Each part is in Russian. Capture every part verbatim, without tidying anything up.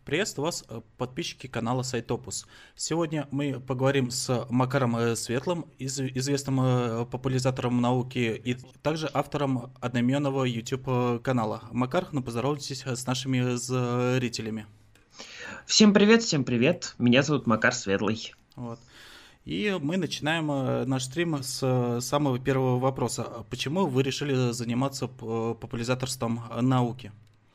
Приветствую вас, э, подписчики канала Сайтопус. Сегодня мы поговорим с Макаром э, Светлым, из- известным э, популяризатором науки и также автором одноименного YouTube э, канала. Макар, ну поздоровайтесь э, с нашими зрителями. Всем привет, всем привет. Меня зовут Макар Светлый. Вот. И мы начинаем э, наш стрим с э, самого первого вопроса. А Почему вы решили заниматься п- популяризаторством э, науки?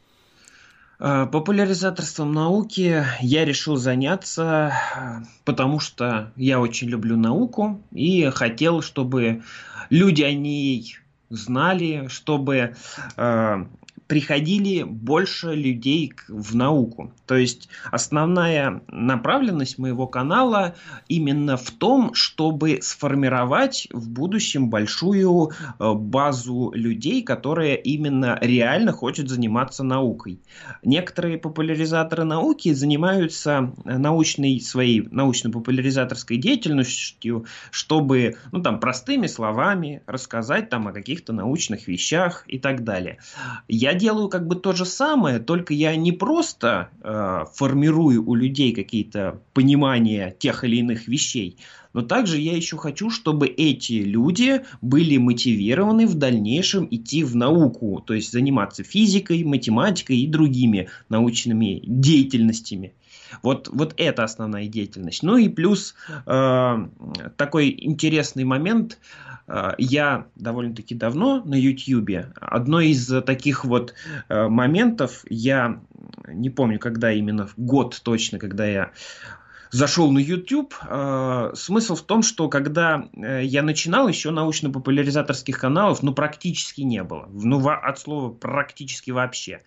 Э, Популяризаторством науки я решил заняться, э, потому что я очень люблю науку и хотел, чтобы люди о ней знали, чтобы э, приходили больше людей к- в науку. То есть основная направленность моего канала именно в том, чтобы сформировать в будущем большую э, базу людей, которые именно реально хочет заниматься наукой. Некоторые популяризаторы науки занимаются э, научной своей научно-популяризаторской деятельностью, чтобы, ну, там, простыми словами рассказать там о каких-то научных вещах и так далее. Я делаю как бы то же самое, только я не просто э, формирую у людей какие-то понимания тех или иных вещей, но также я еще хочу, чтобы эти люди были мотивированы в дальнейшем идти в науку, то есть заниматься физикой, математикой и другими научными деятельностями. Вот, вот это основная деятельность. Ну и плюс э, такой интересный момент. Э, я довольно-таки давно на Ютьюбе. Одно из таких вот э, моментов, я не помню, когда именно, год точно, когда я зашел на YouTube. Э, смысл в том, что когда э, я начинал, еще научно-популяризаторских каналов, ну, практически не было. Ну, во- от слова практически вообще.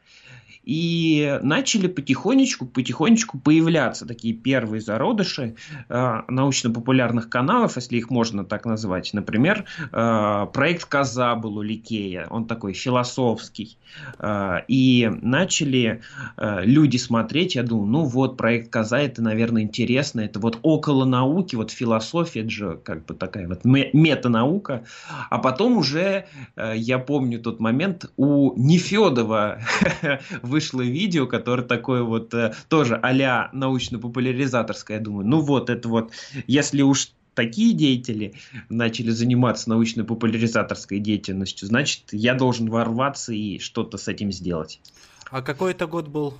И начали потихонечку, потихонечку появляться такие первые зародыши э, научно-популярных каналов, если их можно так назвать. Например, э, проект «Коза» был у Ликея, он такой философский. Э, и начали э, люди смотреть, я думаю, ну вот, проект «Коза» это, наверное, интересно, это вот около науки, вот философия, это же как бы такая вот ме- метанаука. А потом уже, э, я помню тот момент, у Нефедова вышло видео, которое такое вот э, тоже а-ля научно-популяризаторское. Я думаю, ну вот, это вот, если уж такие деятели начали заниматься научно-популяризаторской деятельностью, значит, я должен ворваться и что-то с этим сделать. А какой это год был?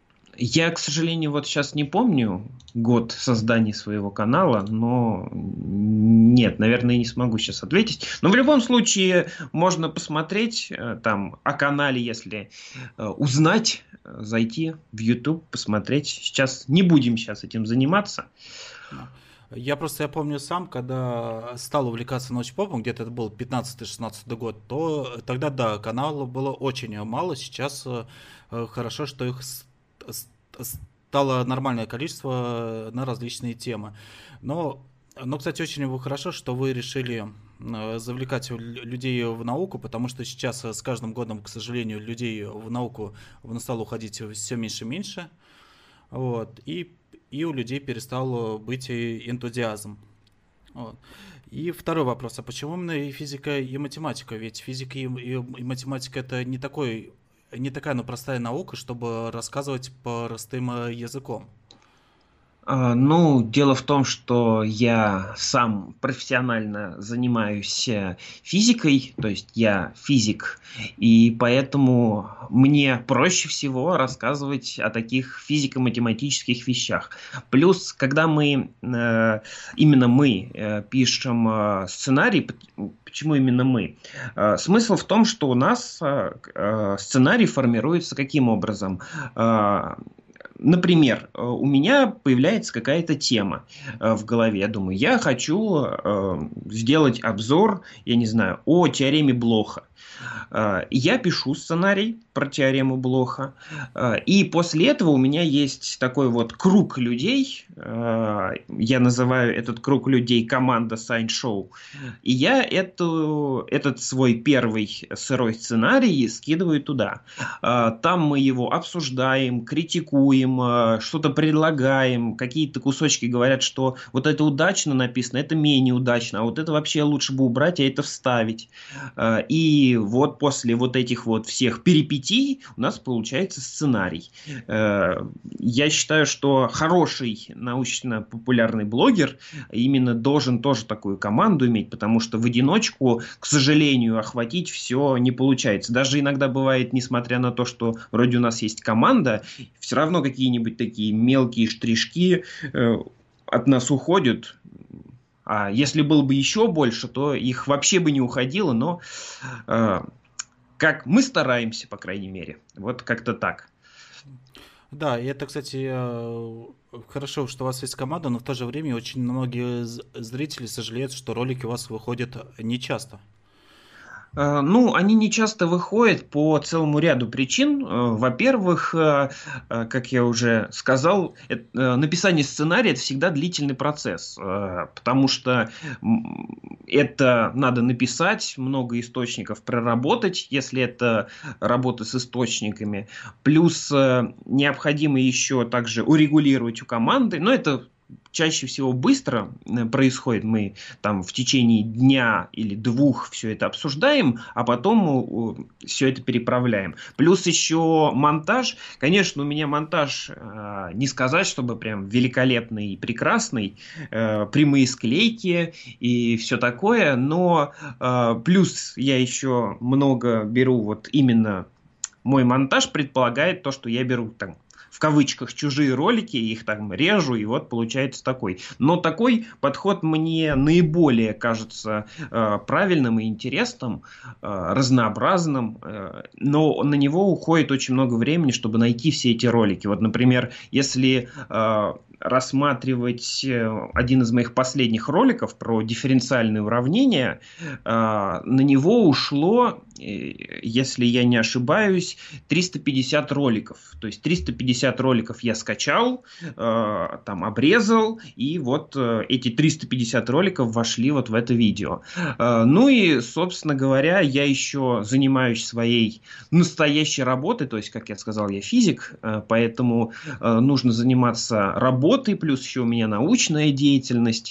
Я, к сожалению, вот сейчас не помню год создания своего канала, но нет, наверное, не смогу сейчас ответить. Но в любом случае можно посмотреть э, там о канале, если э, узнать, э, зайти в YouTube, посмотреть. Сейчас не будем сейчас этим заниматься. Да. Я просто, я помню сам, когда стал увлекаться научпопом, где-то это был пятнадцатый-шестнадцатый год, то тогда, да, каналов было очень мало, сейчас э, э, хорошо, что их с- с- стало нормальное количество на различные темы. Но, но, кстати, очень хорошо, что вы решили э, завлекать лю- людей в науку, потому что сейчас э, с каждым годом, к сожалению, людей в науку в- стало уходить все меньше и меньше. Вот. И, и у людей перестал быть и энтузиазм. Вот. И второй вопрос, а почему именно и физика и математика? Ведь физика и, и- и математика это не такой, не такая, ну, простая наука, чтобы рассказывать простым э, языком. А, Ну, дело в том, что я сам профессионально занимаюсь э, физикой, то есть я физик, и поэтому мне проще всего рассказывать о таких физико-математических вещах. Плюс, когда мы, э, именно мы э, пишем э, сценарий, п- почему именно мы? Э, Смысл в том, что у нас э, к- э, сценарий формируется каким образом? Э, Например, э, у меня появляется какая-то тема э, в голове. Я думаю, я хочу э, сделать обзор, я не знаю, о теореме Блоха. Э, Я пишу сценарий про теорему Блоха, э, и после этого у меня есть такой вот круг людей. э, Я называю этот круг людей команда Science Show. И я эту, этот свой первый сырой сценарий скидываю туда. А, Там мы его обсуждаем, критикуем, а, что-то предлагаем, какие-то кусочки говорят, что вот это удачно написано, это менее удачно, а вот это вообще лучше бы убрать, а это вставить. А, И И вот после вот этих вот всех перипетий у нас получается сценарий. Э, Я считаю, что хороший научно-популярный блогер именно должен тоже такую команду иметь, потому что в одиночку, к сожалению, охватить все не получается. Даже иногда бывает, несмотря на то, что вроде у нас есть команда, все равно какие-нибудь такие мелкие штришки э, от нас уходят. А если было бы еще больше, то их вообще бы не уходило, но э, как мы стараемся, по крайней мере. Вот как-то так. Да, и это, кстати, э, хорошо, что у вас есть команда, но в то же время очень многие з- зрители сожалеют, что ролики у вас выходят нечасто. Э, Ну, они не часто выходят по целому ряду причин. Э, Во-первых, э, э, как я уже сказал, э, э, написание сценария это всегда длительный процесс, э, потому что м, это надо написать, много источников проработать, если это работа с источниками. Плюс э, необходимо еще также урегулировать у команды, но это чаще всего быстро э, происходит. Мы там в течение дня или двух все это обсуждаем, а потом все это переправляем. Плюс еще монтаж. Конечно, у меня монтаж э, не сказать, чтобы прям великолепный и прекрасный, э, прямые склейки и все такое, но э, плюс я еще много беру вот именно мой монтаж предполагает то, что я беру там в кавычках чужие ролики, их там режу, и вот получается такой. Но такой подход мне наиболее кажется э, правильным и интересным, э, разнообразным, э, но на него уходит очень много времени, чтобы найти все эти ролики. Вот, например, если э, рассматривать э, один из моих последних роликов про дифференциальные уравнения, э, на него ушло, э, если я не ошибаюсь, триста пятьдесят роликов. То есть триста пятьдесят роликов я скачал, э, там обрезал, и вот э, эти триста пятьдесят роликов вошли вот в это видео. Э, ну и, собственно говоря, я еще занимаюсь своей настоящей работой, то есть, как я сказал, я физик, э, поэтому э, нужно заниматься работой, плюс еще у меня научная деятельность,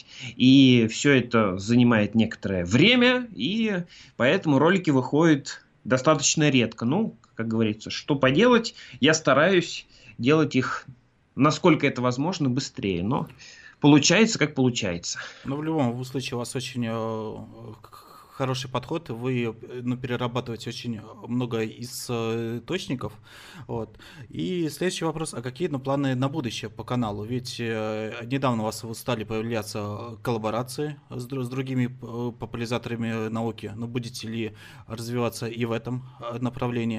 и все это занимает некоторое время, и поэтому ролики выходят достаточно редко. Ну, как говорится, что поделать, я стараюсь делать их, насколько это возможно, быстрее, но получается, как получается. Но в любом случае у вас очень э, к- хороший подход, и вы э, ну, перерабатываете очень много из э, источников. Вот. И следующий вопрос, а какие ну, планы на будущее по каналу? Ведь э, недавно у вас стали появляться коллаборации с, дру- с другими э, популяризаторами науки. Но будете ли развиваться и в этом э, направлении?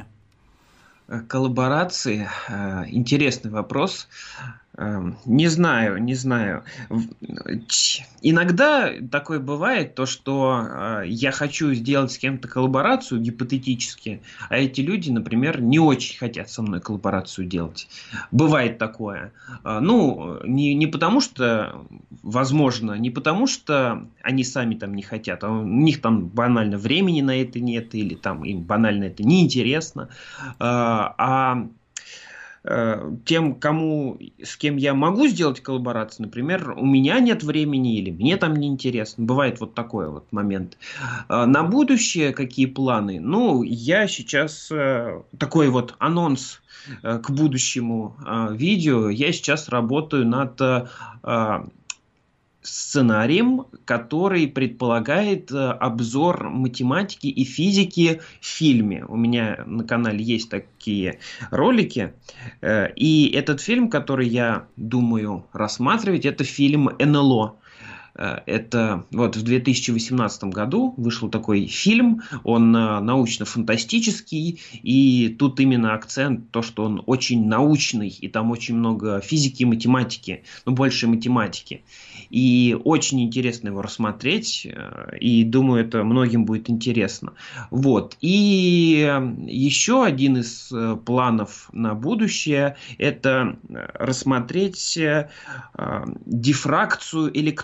Э, Коллаборации. э, Интересный вопрос. Эм, Не знаю, не знаю. В- ч- Иногда такое бывает, то, что э, я хочу сделать с кем-то коллаборацию гипотетически, а эти люди, например, не очень хотят со мной коллаборацию делать. Бывает такое. Э, Ну, не, не потому что, возможно, не потому что они сами там не хотят, а у них там банально времени на это нет, или там им банально это неинтересно. А а, э, тем, кому, с кем я могу сделать коллаборацию, например, у меня нет времени или мне там неинтересно. Бывает вот такой вот момент. А на будущее какие планы? Ну, я сейчас э, такой вот анонс э, к будущему э, видео. Я сейчас работаю над э, э, сценарием, который предполагает э, обзор математики и физики в фильме. У меня на канале есть такие ролики. Э, и этот фильм, который я думаю рассматривать, это фильм эн эл о. Э, Это вот в две тысячи восемнадцатом году вышел такой фильм, он э, научно-фантастический, и тут именно акцент то, что он очень научный, и там очень много физики и математики, ну больше математики. И очень интересно его рассмотреть, э, и думаю, это многим будет интересно. Вот. И э, еще один из э, планов на будущее это э, рассмотреть э, э, дифракцию электронов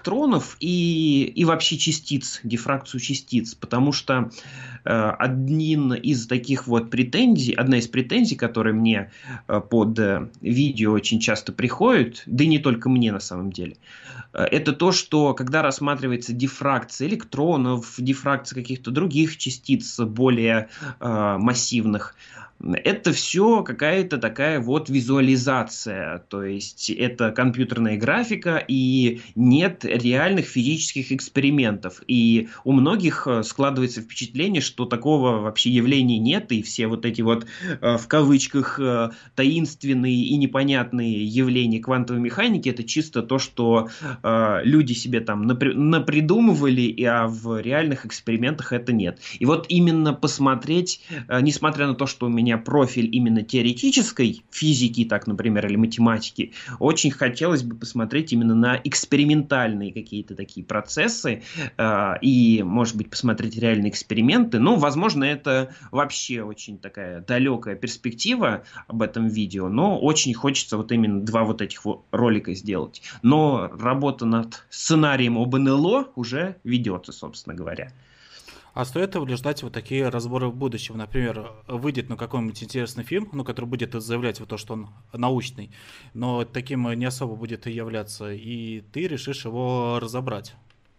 электронов и, и вообще частиц, дифракцию частиц, потому что э, один из таких вот претензий, одна из претензий, которые мне э, под э, видео очень часто приходят, да и не только мне на самом деле, э, это то, что когда рассматривается дифракция электронов, дифракция каких-то других частиц более э, массивных, это все какая-то такая вот визуализация, то есть это компьютерная графика и нет реальных физических экспериментов. И у многих складывается впечатление, что такого вообще явления нет, и все вот эти вот в кавычках таинственные и непонятные явления квантовой механики это чисто то, что люди себе там напридумывали, а в реальных экспериментах это нет. И вот именно посмотреть, несмотря на то, что у меня профиль именно теоретической физики, так, например, или математики, очень хотелось бы посмотреть именно на экспериментальные какие-то такие процессы э, и, может быть, посмотреть реальные эксперименты. Ну, возможно, это вообще очень такая далекая перспектива об этом видео, но очень хочется вот именно два вот этих вот ролика сделать. Но работа над сценарием об эн эл о уже ведется, собственно говоря. А стоит ли ждать вот такие разборы в будущем? Например, выйдет на какой-нибудь интересный фильм, ну, который будет заявлять вот то, что он научный, но таким не особо будет являться, и ты решишь его разобрать.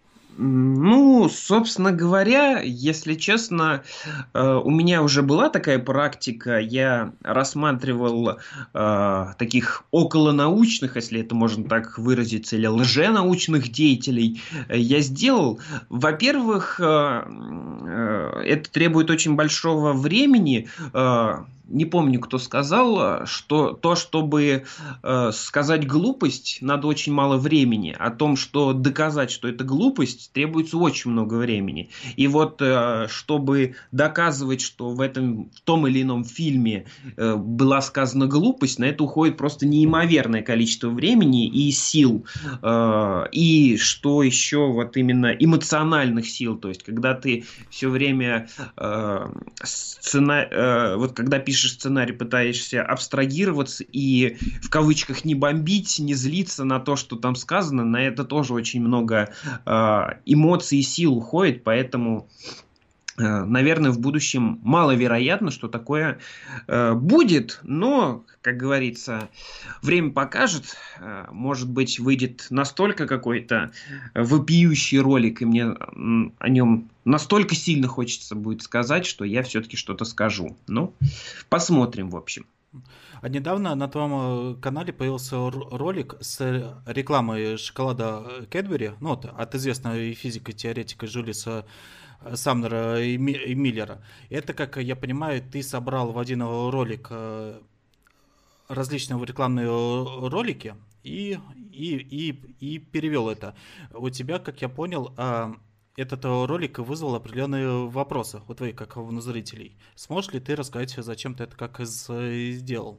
Ну, собственно говоря, если честно, у меня уже была такая практика. Я рассматривал э, таких околонаучных, если это можно так выразиться, или лженаучных деятелей. Я сделал. Во-первых, э, э, это требует очень большого времени. Э, Не помню, кто сказал, что то, чтобы э, сказать глупость, надо очень мало времени. О том, что доказать, что это глупость, требуется очень много времени. И вот, э, чтобы доказывать, что в этом, в том или ином фильме э, была сказана глупость, на это уходит просто неимоверное количество времени и сил. Э, и что еще, вот именно эмоциональных сил. То есть, когда ты все время э, сцена... э, вот когда пишешь пишешь сценарий, пытаешься абстрагироваться и в кавычках не бомбить, не злиться на то, что там сказано, на это тоже очень много э, эмоций и сил уходит, поэтому э, наверное, в будущем маловероятно, что такое э, будет, но, как говорится, время покажет. Э, может быть, выйдет настолько какой-то вопиющий ролик, и мне э, о нем настолько сильно хочется будет сказать, что я все-таки что-то скажу. Ну, посмотрим, в общем. А недавно на твоем канале появился ролик с рекламой шоколада Кэтбери, ну, вот, от известного физика и теоретика Джулиуса Самнера и Миллера. Это, как я понимаю, ты собрал в один ролик различные рекламные ролики и, и, и, и перевел это. У тебя, как я понял, этот ролик вызвал определенные вопросы у твоих, как у зрителей. Сможешь ли ты рассказать, зачем ты это как сделал?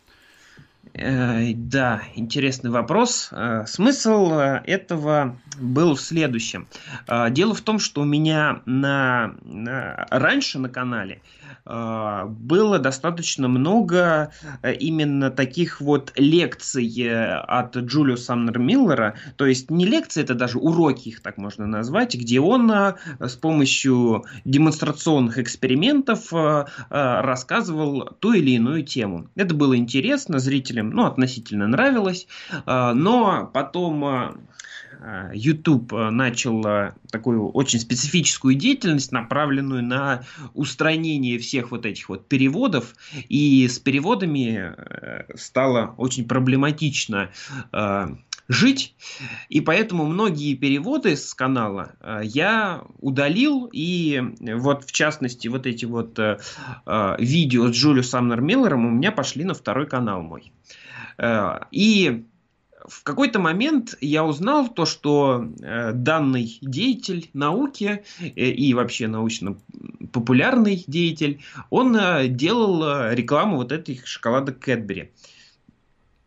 Э, да, интересный вопрос. Э, смысл этого был в следующем. Э, дело в том, что у меня на, на, раньше на канале э, было достаточно много именно таких вот лекций от Джулиуса Самнера Миллера. То есть не лекции, это даже уроки, их так можно назвать, где он с помощью демонстрационных экспериментов рассказывал ту или иную тему. Это было интересно, зрителям ну, относительно нравилось, но потом YouTube начал такую очень специфическую деятельность, направленную на устранение всех вот этих вот переводов, и с переводами стало очень проблематично жить, и поэтому многие переводы с канала я удалил, и вот в частности вот эти вот э, видео с Джулиусом Самнером Миллером у меня пошли на второй канал мой. Э, и в какой-то момент я узнал то, что э, данный деятель науки э, и вообще научно-популярный деятель, он э, делал рекламу вот этих шоколадок Кэтбери.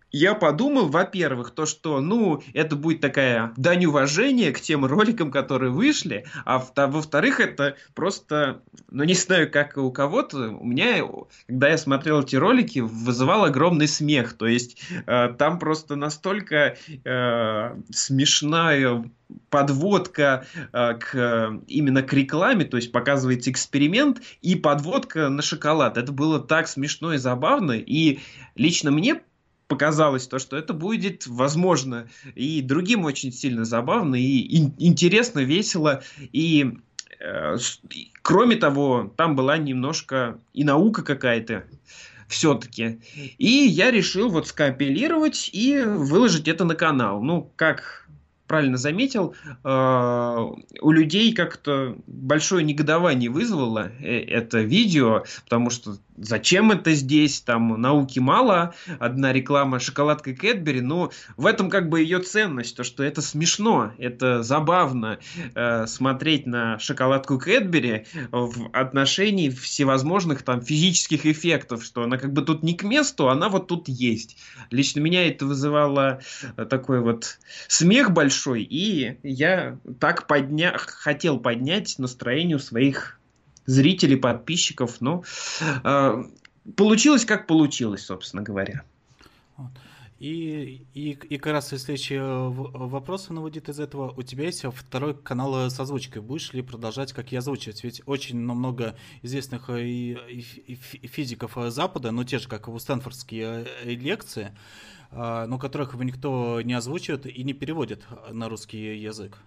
Я подумал, во-первых, то, что, ну, это будет такая дань уважения к тем роликам, которые вышли, а во-вторых, это просто, ну, не знаю, как у кого-то, у меня, когда я смотрел эти ролики, вызывал огромный смех, то есть э, там просто настолько э, смешная подводка э, к, именно к рекламе, то есть показывается эксперимент и подводка на шоколад. Это было так смешно и забавно, и лично мне показалось то, что это будет, возможно, и другим очень сильно забавно, и ин- интересно, весело, и э, с- и, кроме того, там была немножко и наука какая-то все-таки. И я решил вот скомпилировать и выложить это на канал. Ну, как правильно заметил, э, у людей как-то большое негодование вызвало э, это видео, потому что зачем это здесь, там науки мало, одна реклама шоколадка Кэтбери, но в этом как бы ее ценность, то что это смешно, это забавно э, смотреть на шоколадку Кэтбери в отношении всевозможных там физических эффектов, что она как бы тут не к месту, она вот тут есть. Лично меня это вызывало э, такой вот смех большой, и я так подня... хотел поднять настроение у своих зрителей, подписчиков, но э, получилось как получилось, собственно говоря. Вот. И, и, и как раз если еще в- вопросы наводит из этого, у тебя есть второй канал с озвучкой. Будешь ли продолжать, как я озвучивать? Ведь очень ну, много известных э, и, и фи- и фи- физиков э, Запада, ну те же, как и Стэнфордские э, лекции, а, но которых никто не озвучивает и не переводит на русский язык.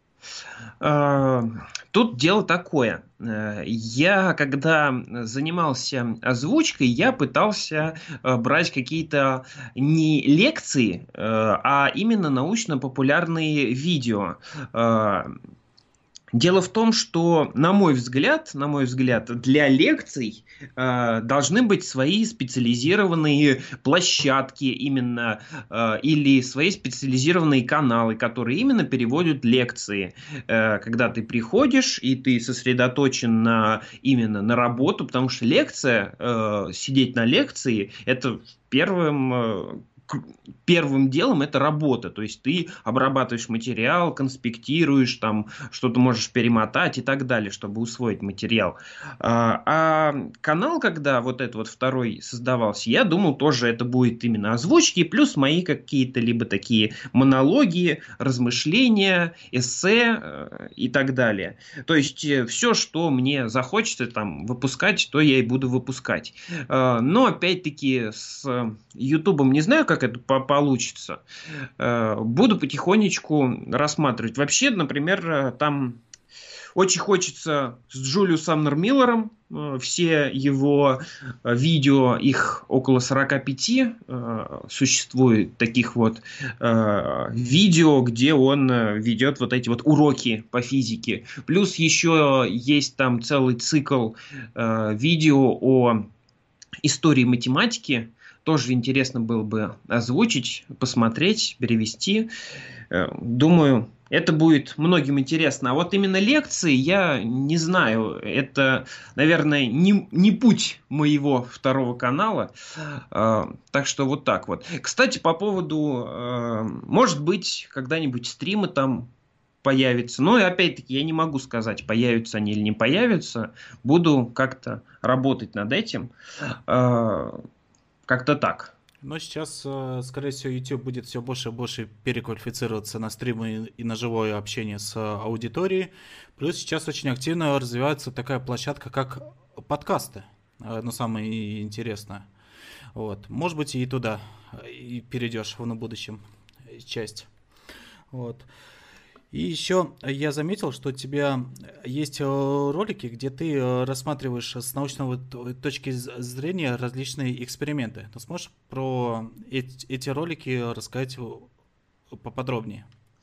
Э, Тут дело такое. Э, Я, когда занимался озвучкой, я пытался э, брать какие-то не лекции, э, а именно научно-популярные видео. Э, Дело в том, что, на мой взгляд, на мой взгляд, для лекций э, должны быть свои специализированные площадки именно э, или свои специализированные каналы, которые именно переводят лекции. Э, когда ты приходишь и ты сосредоточен на, именно на работу, потому что лекция, э, сидеть на лекции, это первым э, к- первым делом это работа, то есть ты обрабатываешь материал, конспектируешь, там что-то можешь перемотать и так далее, чтобы усвоить материал. А, а канал, когда вот этот вот второй создавался, я думал, тоже это будет именно озвучки, плюс мои какие-то либо такие монологи, размышления, эссе э, и так далее. То есть все, что мне захочется там выпускать, то я и буду выпускать. Э, Но опять-таки с Ютубом не знаю, как это по- получится. Э, Буду потихонечку рассматривать. Вообще, например, э, там очень хочется с Джулиусом Нормиллером. э, Все его э, видео, их около сорока пяти, э, существует таких вот э, видео, где он э, ведет вот эти вот уроки по физике. Плюс еще есть там целый цикл э, видео о истории математики. Тоже интересно было бы озвучить, посмотреть, перевести. Э, Думаю, это будет многим интересно. А вот именно лекции я не знаю. Это, наверное, не, не путь моего второго канала. Э, Так что вот так вот. Кстати, по поводу, э, может быть, когда-нибудь стримы там появятся. Но и опять-таки я не могу сказать, появятся они или не появятся. Буду как-то работать над этим. Э, Как-то так. Но сейчас, э, скорее всего, YouTube будет все больше и больше переквалифицироваться на стримы и на живое общение с э, аудиторией. Плюс сейчас очень активно развивается такая площадка, как подкасты. Э, Ну, самое интересное. Вот. Может быть, и туда э, и перейдешь в на будущем э, часть. Вот. И еще я заметил, что у тебя есть э, ролики, где ты э, рассматриваешь с научного т- точки з- зрения различные эксперименты. Ты сможешь про эти, эти ролики рассказать э, поподробнее?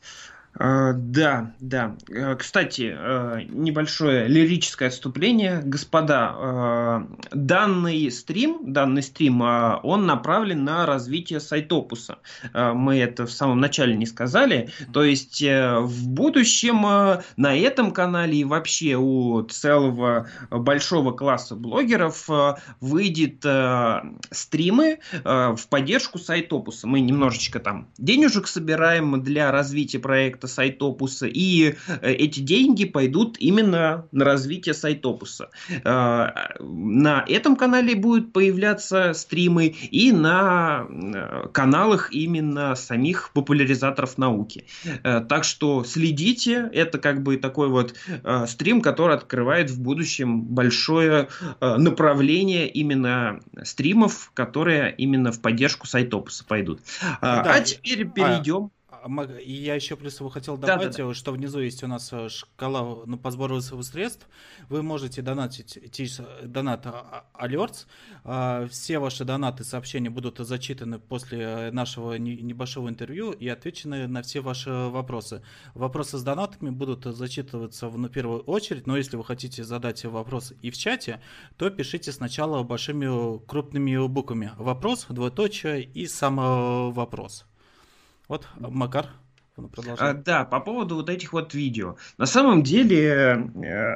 А, да, да. Э, Кстати, э, небольшое лирическое отступление. Господа, э, данный стрим, данный стрим, э, он направлен на развитие сайтопуса. Э, Мы это в самом начале не сказали. То есть э, в будущем э, на этом канале и вообще у целого большого класса блогеров э, выйдет э, стримы э, в поддержку сайтопуса. Мы немножечко там денежек собираем для развития проекта сайтопуса, и э, эти деньги пойдут именно на развитие сайтопуса. Э, На этом канале будут появляться стримы и на э, каналах именно самих популяризаторов науки. Э, Так что следите, это как бы такой вот э, стрим, который открывает в будущем большое э, направление именно стримов, которые именно в поддержку сайтопуса пойдут. А, Да, а и- теперь а, перейдем. а, маг- и я еще плюс его хотел добавить, Да-да-да. э, что внизу есть у нас э, шкала ну, по сбору с- средств. Вы можете донатить тиш- донат а- а- alerts. А, Все ваши донаты, сообщения будут зачитаны после э, нашего не- небольшого интервью и отвечены на все ваши вопросы. Вопросы с донатами будут зачитываться в ну, первую очередь, но если вы хотите задать вопрос и в чате, то пишите сначала большими крупными буквами. Вопрос, двоеточие и сам э, вопрос. Вот, Макар, ну, А, продолжай. да, по поводу вот этих вот видео. На самом деле, э,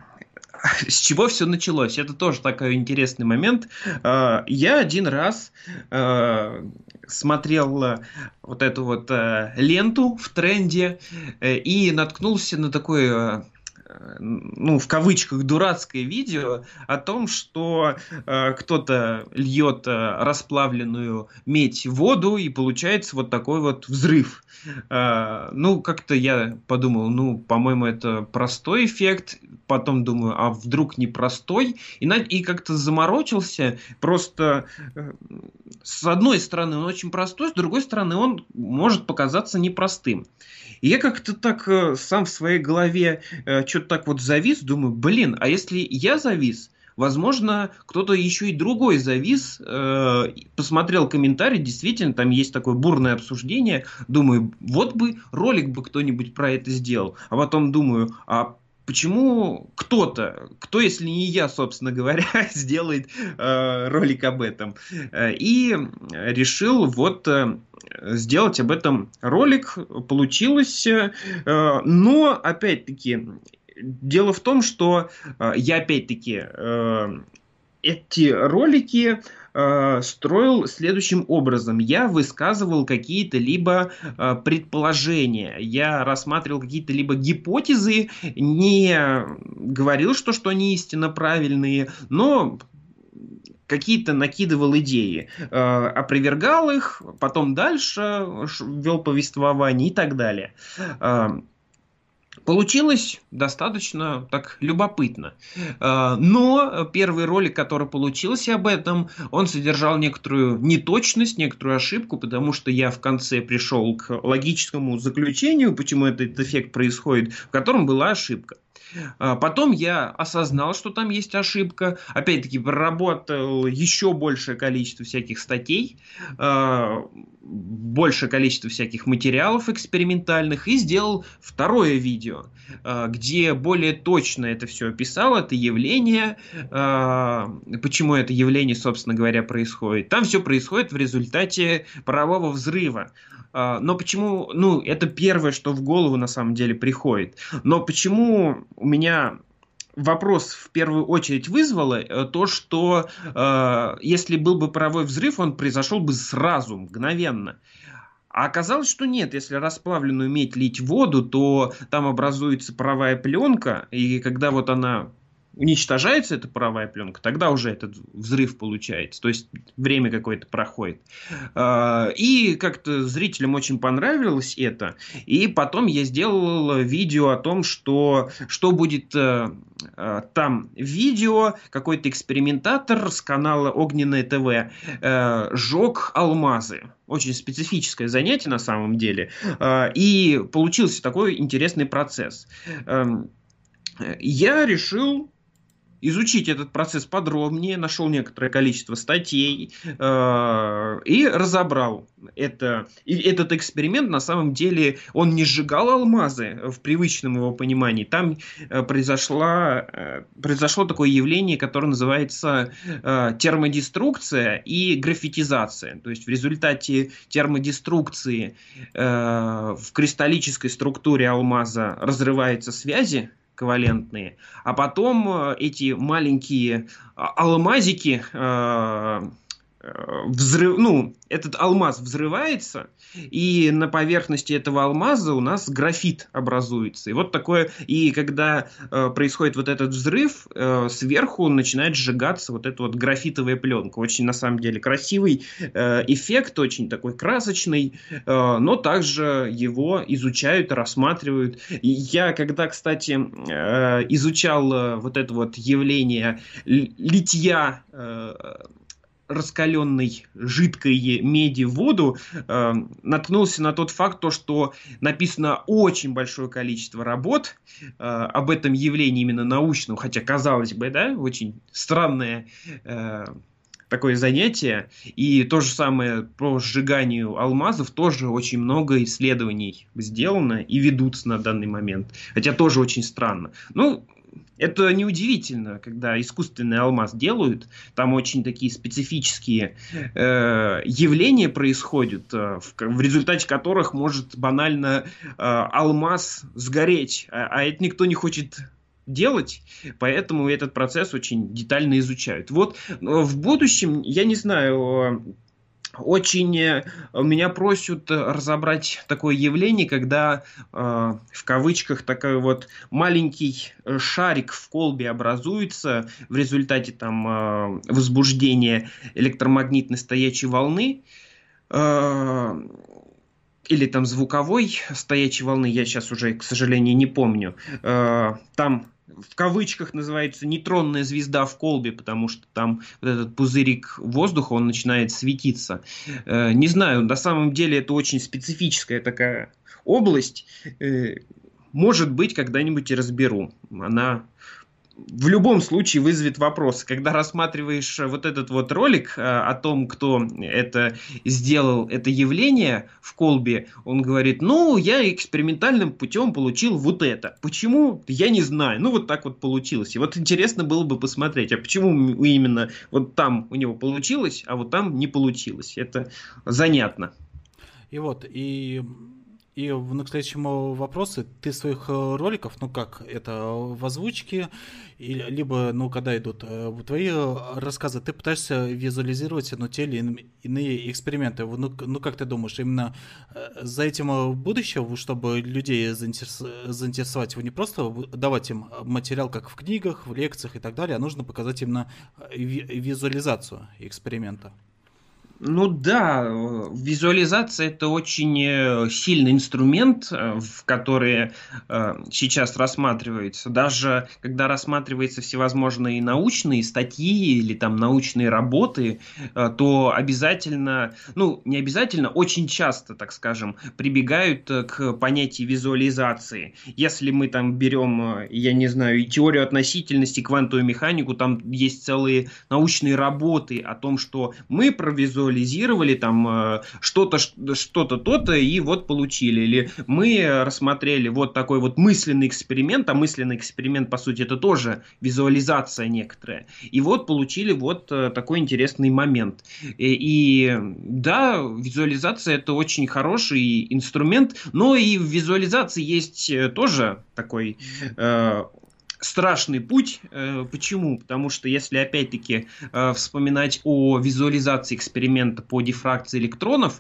с чего все началось? Это тоже такой интересный момент. Э, Я один раз э, смотрел э, вот эту вот э, ленту в тренде э, и наткнулся на такое, э, ну, в кавычках, дурацкое видео о том, что э, кто-то льет э, расплавленную медь в воду, и получается вот такой вот взрыв. Э, ну, как-то я подумал, ну, по-моему, это простой эффект. Потом думаю, а вдруг непростой? И, на- и как-то заморочился. Просто э, с одной стороны он очень простой, с другой стороны он может показаться непростым. И я как-то так э, сам в своей голове э, что-то так вот завис, думаю, блин, а если я завис, возможно, кто-то еще и другой завис, э, посмотрел комментарий, действительно, там есть такое бурное обсуждение, думаю, вот бы ролик бы кто-нибудь про это сделал, а потом думаю, а почему кто-то, кто, если не я, собственно говоря, сделает э, ролик об этом? Э, И решил вот э, сделать об этом ролик. Получилось, э, но опять-таки дело в том, что э, я опять-таки э, эти ролики э, строил следующим образом. Я высказывал какие-то либо э, предположения, я рассматривал какие-то либо гипотезы, не говорил, что, что они истинно правильные, но какие-то накидывал идеи, э, опровергал их, потом дальше вел повествование и так далее. Э, Получилось достаточно так любопытно. Э, Но первый ролик, который получился об этом, он содержал некоторую неточность, некоторую ошибку, потому что я в конце пришел к логическому заключению, почему этот эффект происходит, в котором была ошибка. А Потом я осознал, что там есть ошибка. Опять-таки, проработал еще большее количество всяких статей, э, большее количество всяких материалов экспериментальных и сделал второе видео, э, где более точно это все описал, это явление, э, почему это явление, собственно говоря, происходит. Там все происходит в результате парового взрыва. А, Но почему, ну, это первое, что в голову на самом деле приходит. Но почему у меня вопрос в первую очередь вызвало э, то, что э, если был бы паровой взрыв, он произошел бы сразу, мгновенно. А оказалось, что нет. Если расплавленную медь лить в воду, то там образуется паровая пленка, и когда вот она уничтожается, эта паровая пленка, тогда уже этот взрыв получается. То есть время какое-то проходит. А, И как-то зрителям очень понравилось это. И потом я сделал видео о том, что, что будет э, э, там видео. Какой-то экспериментатор с канала Огненное ТВ э, жег алмазы. Очень специфическое занятие на самом деле. Э, И получился такой интересный процесс. Эм, Я решил изучить этот процесс подробнее, нашел некоторое количество статей э, и разобрал это. И этот эксперимент, на самом деле, он не сжигал алмазы в привычном его понимании. Там э, произошло, э, произошло такое явление, которое называется э, термодеструкция и графитизация. То есть в результате термодеструкции э, в кристаллической структуре алмаза разрываются связи ковалентные, а потом э, эти маленькие алмазики э, взрыв, ну, этот алмаз взрывается, и на поверхности этого алмаза у нас графит образуется. И вот такое, и когда э, происходит вот этот взрыв, э, сверху начинает сжигаться вот эта вот графитовая пленка. Очень, на самом деле, красивый э, эффект, очень такой красочный, э, но также его изучают, рассматривают. И я, когда, кстати, э, изучал э, вот это вот явление литья э, раскаленной жидкой меди в воду, э, наткнулся на тот факт, то, что написано очень большое количество работ э, об этом явлении именно научном, хотя, казалось бы, да, очень странное э, такое занятие. И то же самое по сжиганию алмазов тоже очень много исследований сделано и ведутся на данный момент. Хотя тоже очень странно. Ну, это неудивительно, когда искусственный алмаз делают, там очень такие специфические э, явления происходят, э, в, в результате которых может банально э, алмаз сгореть, а, а это никто не хочет делать, поэтому этот процесс очень детально изучают. Вот в будущем, я не знаю, очень меня просят разобрать такое явление, когда э, в кавычках такой вот маленький шарик в колбе образуется в результате там э, возбуждения электромагнитной стоячей волны э, или там звуковой стоячей волны, я сейчас уже, к сожалению, не помню. Э, там в кавычках называется нейтронная звезда в колбе, потому что там вот этот пузырик воздуха, он начинает светиться. Э, не знаю, на самом деле это очень специфическая такая область. Э, может быть, когда-нибудь и разберу. Она в любом случае вызовет вопросы. Когда рассматриваешь вот этот вот ролик а, о том, кто это сделал, это явление в колбе, он говорит, ну, я экспериментальным путем получил вот это. Почему? Я не знаю. Ну, вот так вот получилось. И вот интересно было бы посмотреть, а почему именно вот там у него получилось, а вот там не получилось. Это занятно. И вот, и... И ну, к следующему вопросу, ты своих э, роликов, ну как, это в озвучке, или, либо, ну, когда идут э, твои рассказы, ты пытаешься визуализировать, ну, те или иные, иные эксперименты. Ну, ну, как ты думаешь, именно э, за этим будущее, чтобы людей заинтерес, заинтересовать, вы не просто давать им материал, как в книгах, в лекциях и так далее, а нужно показать именно ви- визуализацию эксперимента. Ну да, визуализация это очень сильный инструмент, в который сейчас рассматривается. Даже когда рассматриваются всевозможные научные статьи или там научные работы, то обязательно, ну не обязательно, очень часто, так скажем, прибегают к понятию визуализации. Если мы там берем, я не знаю, и теорию относительности, квантовую механику, там есть целые научные работы о том, что мы провизуализируем визуализировали там э, что-то, что-то, то-то, и вот получили. Или мы рассмотрели вот такой вот мысленный эксперимент, а мысленный эксперимент, по сути, это тоже визуализация некоторая. И вот получили вот э, такой интересный момент. И, и да, визуализация это очень хороший инструмент, но и в визуализации есть тоже такой... Э, страшный путь. Почему? Потому что если опять-таки вспоминать о визуализации эксперимента по дифракции электронов,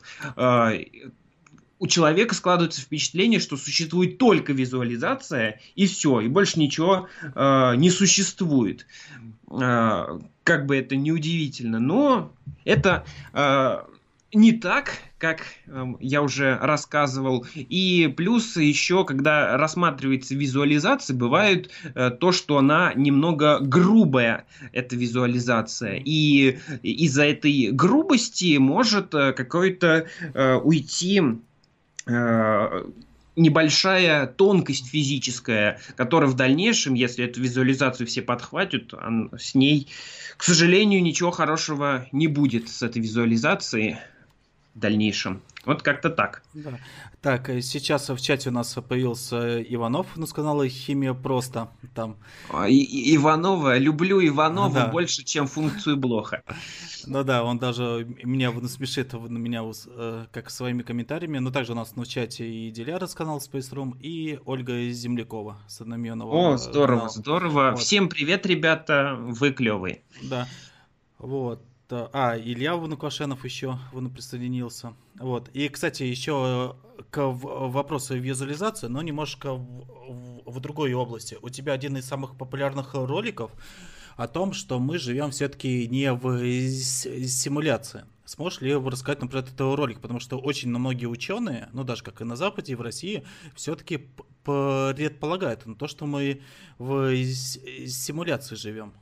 у человека складывается впечатление, что существует только визуализация и все, и больше ничего не существует. Как бы это ни удивительно, но это не так, как э, я уже рассказывал. И плюс еще, когда рассматривается визуализация, бывает э, то, что она немного грубая, эта визуализация. И из-за этой грубости может э, какой-то э, уйти... Э, небольшая тонкость физическая, которая в дальнейшем, если эту визуализацию все подхватят, он- с ней, к сожалению, ничего хорошего не будет с этой визуализацией в дальнейшем. Вот как-то так. Да. Так, э, сейчас в чате у нас появился Иванов, ну, сказал химия просто там. А, и- и- Иванова, люблю А, Иванова да. больше, чем функцию блоха. Ну да, он даже меня вот насмешит в- на меня ус- э, как своими комментариями. Но также у нас на чате и Диляра с канала Space Room, и Ольга Землякова с О, одноименного э, здорово, канала. здорово. Вот, Всем привет, ребята, вы клевые. да. Вот. э, А, Илья Ванукашенов еще вон присоединился. Вот. И, кстати, еще э, к в- вопросу визуализации, но немножко в, в- в другой области. У тебя один из самых популярных роликов о том, что мы живем все-таки не в с- симуляции. Сможешь ли вы рассказать нам про этот ролик? Потому что очень многие ученые, ну даже как и на Западе, и в России, все-таки предполагают ну, то, что мы в с- симуляции живем.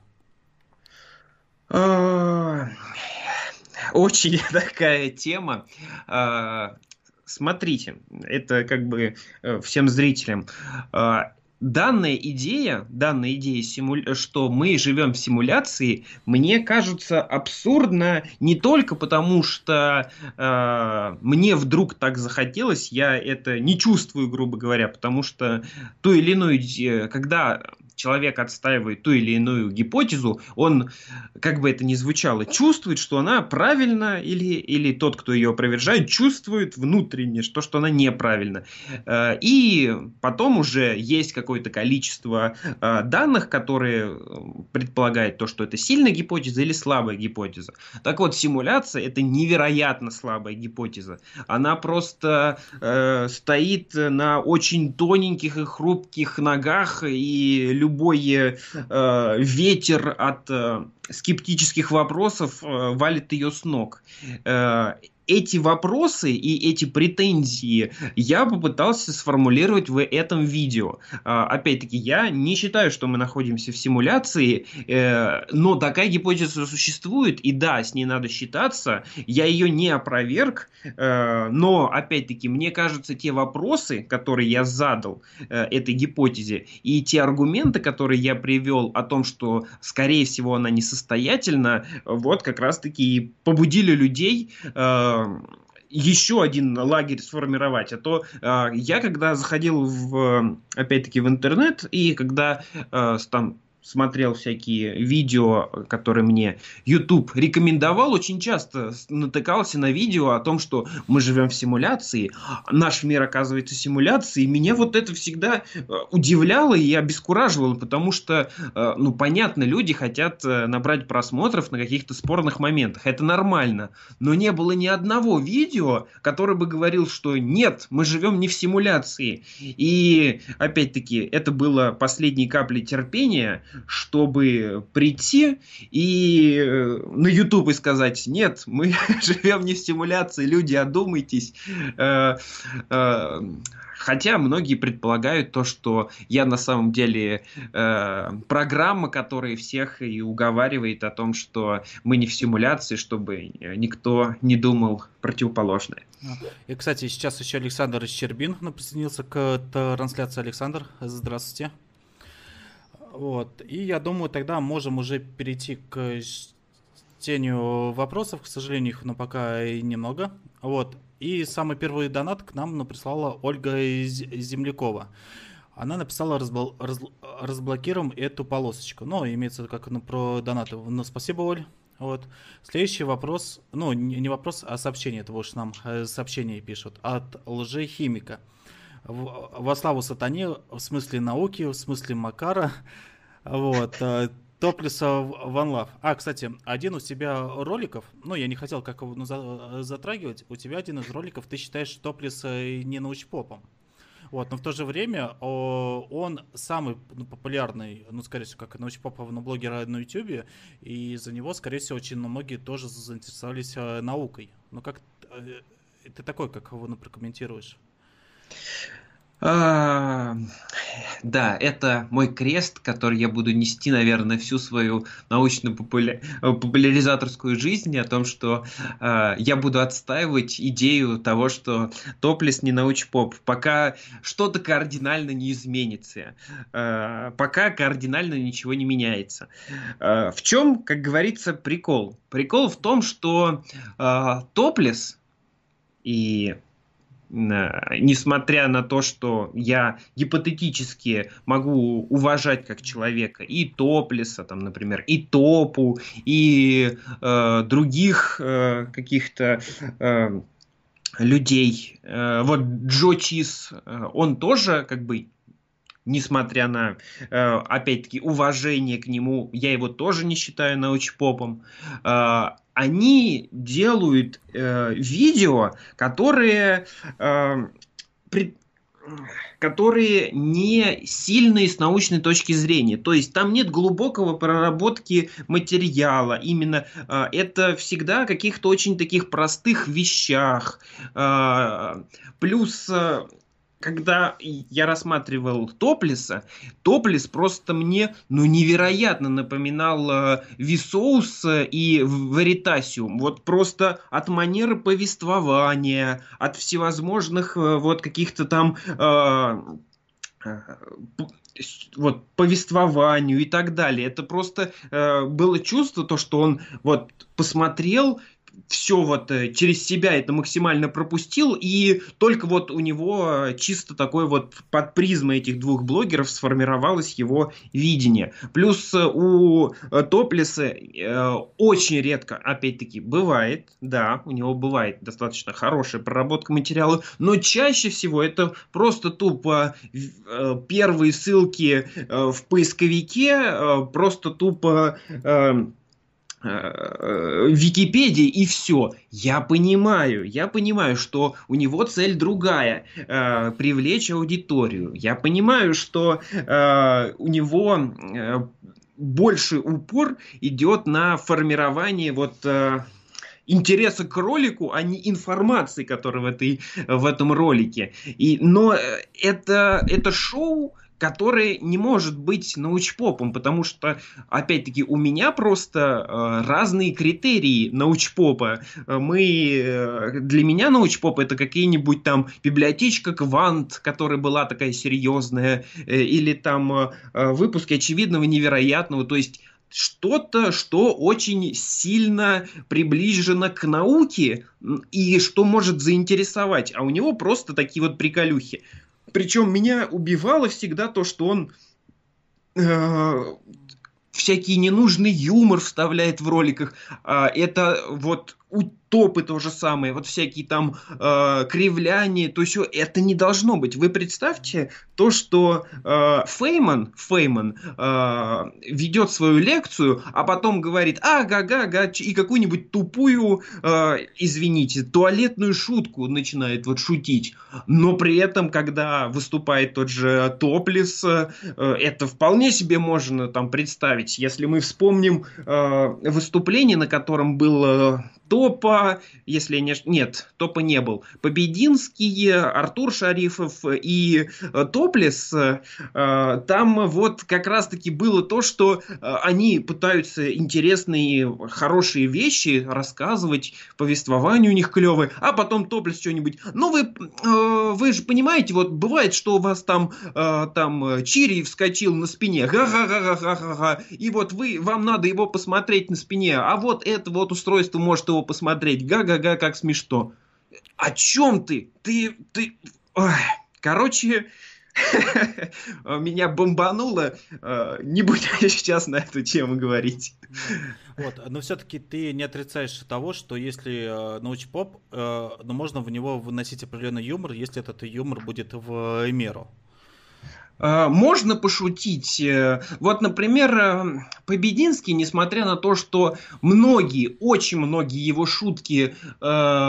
А, Очень такая тема. А, Смотрите, это как бы э, всем зрителям. А, Данная идея, данная идея, симу- что мы живем в симуляции, мне кажется абсурдно не только потому, что э, мне вдруг так захотелось, я это не чувствую, грубо говоря, потому что ту или иную, иде- когда человек отстаивает ту или иную гипотезу, он, как бы это ни звучало, чувствует, что она правильна, или, или тот, кто ее опровержает, чувствует внутренне, что, что она неправильна. Э, И потом уже есть какое-то количество э, данных, которые э, предполагают то, что это сильная гипотеза или слабая гипотеза. Так вот, симуляция — это невероятно слабая гипотеза. Она просто э, стоит на очень тоненьких и хрупких ногах, и любой э, ветер от э, скептических вопросов э, валит ее с ног. Э, эти вопросы и эти претензии я попытался сформулировать в этом видео. А, опять-таки, я не считаю, что мы находимся в симуляции, э, но такая гипотеза существует, и да, с ней надо считаться. Я ее не опроверг, э, но, опять-таки, мне кажется, те вопросы, которые я задал э, этой гипотезе, и те аргументы, которые я привел о том, что, скорее всего, она несостоятельна, вот как раз-таки и побудили людей э, еще один лагерь сформировать. А то э, я, когда заходил в, опять-таки, в интернет, и когда э, там смотрел всякие видео, которые мне YouTube рекомендовал, очень часто натыкался на видео о том, что мы живем в симуляции, наш мир оказывается симуляцией, и меня вот это всегда э, удивляло и обескураживало, потому что, э, ну, понятно, люди хотят э, набрать просмотров на каких-то спорных моментах, это нормально, но не было ни одного видео, которое бы говорил, что нет, мы живем не в симуляции. И, опять-таки, это было последней каплей терпения, чтобы прийти и э, на YouTube и сказать: нет, мы живем не в симуляции, люди, одумайтесь. Э, э, Хотя многие предполагают то, что я на самом деле э, программа, которая всех и уговаривает о том, что мы не в симуляции, чтобы никто не думал противоположное. А, И, кстати, сейчас еще Александр Щербин ну, присоединился к трансляции. Александр, здравствуйте. Вот. И я думаю, тогда можем уже перейти к чтению вопросов. К сожалению, их ну, пока и немного. Вот. И самый первый донат к нам ну, прислала Ольга З- Землякова. Она написала: «Разбл- разл- разблокируем эту полосочку». Ну, имеется в виду как ну, про донаты. Ну, спасибо, Оль. Вот. Следующий вопрос, ну, не не вопрос, а сообщение, это уж нам э, сообщение пишут, от лжехимика. В- Во славу сатане, в смысле науки, в смысле Макара, вот, э, Топлиса One Love. А, кстати, один у тебя роликов, ну, я не хотел как его ну, за- затрагивать, у тебя один из роликов, ты считаешь Топлиса не научпопом. Вот, но в то же время о, он самый ну, популярный, ну, скорее всего, как и научпоповый ну, блогер на YouTube, и за него, скорее всего, очень многие тоже заинтересовались э, наукой. Ну, как э, ты такой, как его ну, прокомментируешь? А, Да, это мой крест, который я буду нести, наверное, всю свою научно-популяризаторскую жизнь, о том, что э, я буду отстаивать идею того, что топлес не научпоп, пока что-то кардинально не изменится, э, пока кардинально ничего не меняется. Э, в чем, как говорится, прикол? Прикол в том, что э, топлес и Э, несмотря на то, что я гипотетически могу уважать как человека и Топлеса, там, например, и Топу, и э, других э, каких-то э, людей. Э, вот Джо Чиз, э, он тоже как бы несмотря на, э, опять-таки, уважение к нему, я его тоже не считаю научпопом, э, они делают э, видео, которые, э, при- которые не сильные с научной точки зрения. То есть там нет глубокого проработки материала. Именно э, это всегда о каких-то очень таких простых вещах. Э, плюс... э, когда я рассматривал Топлиса, Топлис просто мне, ну, невероятно напоминал э, Висоус и Веритасиум. Вот просто от манеры повествования, от всевозможных э, вот каких-то там э, э, вот повествованию и так далее. Это просто э, было чувство, то, что он вот посмотрел все вот э, через себя это максимально пропустил, и только вот у него э, чисто такой вот под призмой этих двух блогеров сформировалось его видение. Плюс э, у э, Топлиса э, очень редко, опять-таки, бывает, да, у него бывает достаточно хорошая проработка материала, но чаще всего это просто тупо э, первые ссылки э, в поисковике, э, просто тупо... Э, Википедии и все. Я понимаю, я понимаю, что у него цель другая, э, привлечь аудиторию. Я понимаю, что э, у него э, больший упор идет на формирование вот э, интереса к ролику, а не информации, которая в, этой, в этом ролике. И, но это, это шоу, которое не может быть научпопом, потому что, опять-таки, у меня просто э, разные критерии научпопа. Мы, э, для меня научпоп это какие-нибудь там библиотечка Квант, которая была такая серьезная, э, или там э, выпуски очевидного невероятного, то есть что-то, что очень сильно приближено к науке и что может заинтересовать. А у него просто такие вот приколюхи. Причем меня убивало всегда то, что он э, всякий ненужный юмор вставляет в роликах. А, это вот у Топы то же самое, вот всякие там э, кривляния, то все, это не должно быть. Вы представьте то, что э, Фейман, Фейман э, ведет свою лекцию, а потом говорит ага-га-га, и какую-нибудь тупую, э, извините, туалетную шутку начинает вот шутить. Но при этом, когда выступает тот же Топлис, э, это вполне себе можно там представить. Если мы вспомним э, выступление, на котором был э, Топа, если не... Нет, Топа не был. Побединский, Артур Шарифов и э, Топлес, э, там вот как раз-таки было то, что э, они пытаются интересные, хорошие вещи рассказывать, повествование у них клевое, а потом Топлес что-нибудь... Ну, вы, э, вы же понимаете, вот бывает, что у вас там, э, там Чири вскочил на спине, га-га-га-га-га-га, и вот вы, вам надо его посмотреть на спине, а вот это вот устройство может его посмотреть. Га-га-га, как смешно. О чем ты? Ты, ты... Ой. Короче, меня бомбануло. Не будем сейчас на эту тему говорить. Вот, но все-таки ты не отрицаешь того, что если э, научпоп, э, но можно в него выносить определенный юмор, если этот юмор будет в меру. Можно пошутить. Вот, например, Побединский, несмотря на то, что многие, очень многие его шутки, э,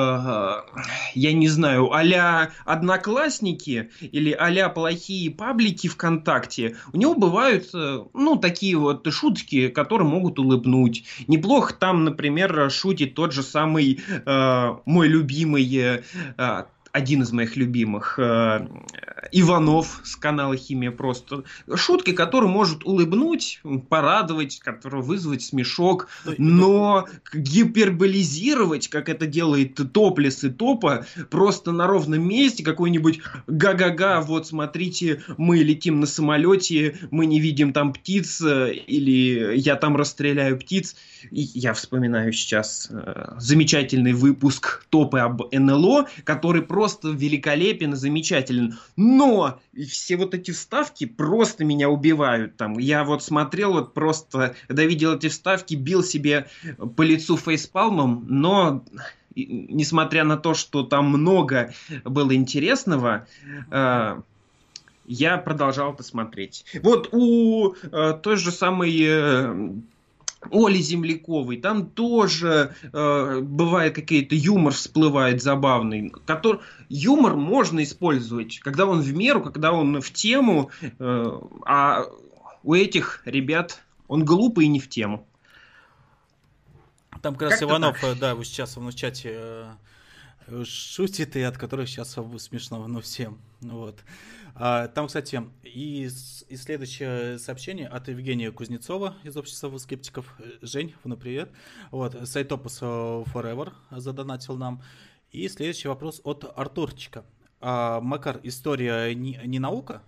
я не знаю, а-ля Одноклассники или а-ля плохие паблики ВКонтакте, у него бывают, ну, такие вот шутки, которые могут улыбнуть. Неплохо там, например, шутит тот же самый э, мой любимый... Э, один из моих любимых, э, Иванов с канала «Химия просто». Шутки, которые может улыбнуть, порадовать, которые вызвать смешок, Ну, ну, но гиперболизировать, как это делает Топлес и Топа, просто на ровном месте какой-нибудь га-га-га, вот смотрите, мы летим на самолете, мы не видим там птиц, или я там расстреляю птиц. И я вспоминаю сейчас э, замечательный выпуск Топы об эн эл о, который просто великолепен и замечателен. Но все вот эти вставки просто меня убивают. Там, я вот смотрел, вот просто, когда видел эти вставки, бил себе по лицу фейспалмом, но несмотря на то, что там много было интересного, э, я продолжал это смотреть. Вот у э, той же самой э, Оли Земляковой, там тоже э, бывает какой-то юмор всплывает забавный. Который, юмор можно использовать, когда он в меру, когда он в тему, э, а у этих ребят он глупый и не в тему. там как раз Как-то Иванов, так. э, да, вот сейчас он в чате э, шутит, и от которых сейчас смешно, ну, всем. Вот. А, там, кстати, и, с- и следующее сообщение от Евгения Кузнецова из общества скептиков. Э, Жень, ну привет. Вот, Сайтопус э, Forever задонатил нам. И следующий вопрос от Артурчика. А, Макар, история не, не наука?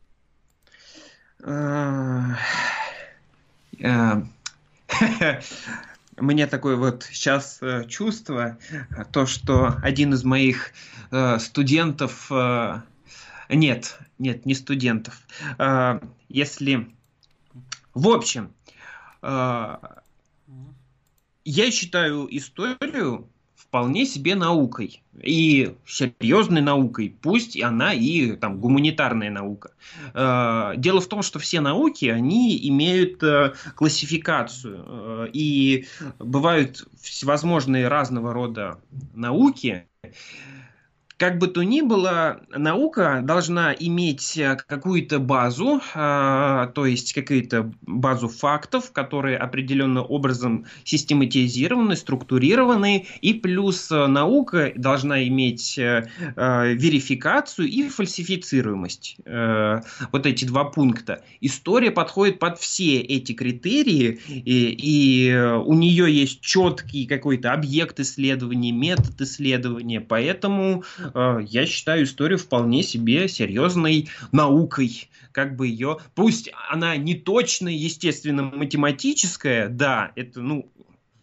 А, э, У меня такое вот сейчас э, чувство, э, то, что один из моих э, студентов, э, нет, нет, не студентов, э, если, в общем, э, Мгм. я считаю историю вполне себе наукой. И серьезной наукой, пусть она и там гуманитарная наука. Э, Дело в том, что все науки, они имеют э, классификацию. Э, И бывают всевозможные разного рода науки. Как бы то ни было, наука должна иметь э, какую-то базу, а, то есть какую-то базу фактов, которые определенным образом систематизированы, структурированы, и плюс э, наука должна иметь э, э, верификацию и фальсифицируемость. Э, вот эти два пункта. История подходит под все эти критерии, и, и э, у нее есть четкий какой-то объект исследования, метод исследования, поэтому э, я считаю историю вполне себе серьезной наукой. Как бы ее, пусть она не точная, естественно, математическая, да, это, ну,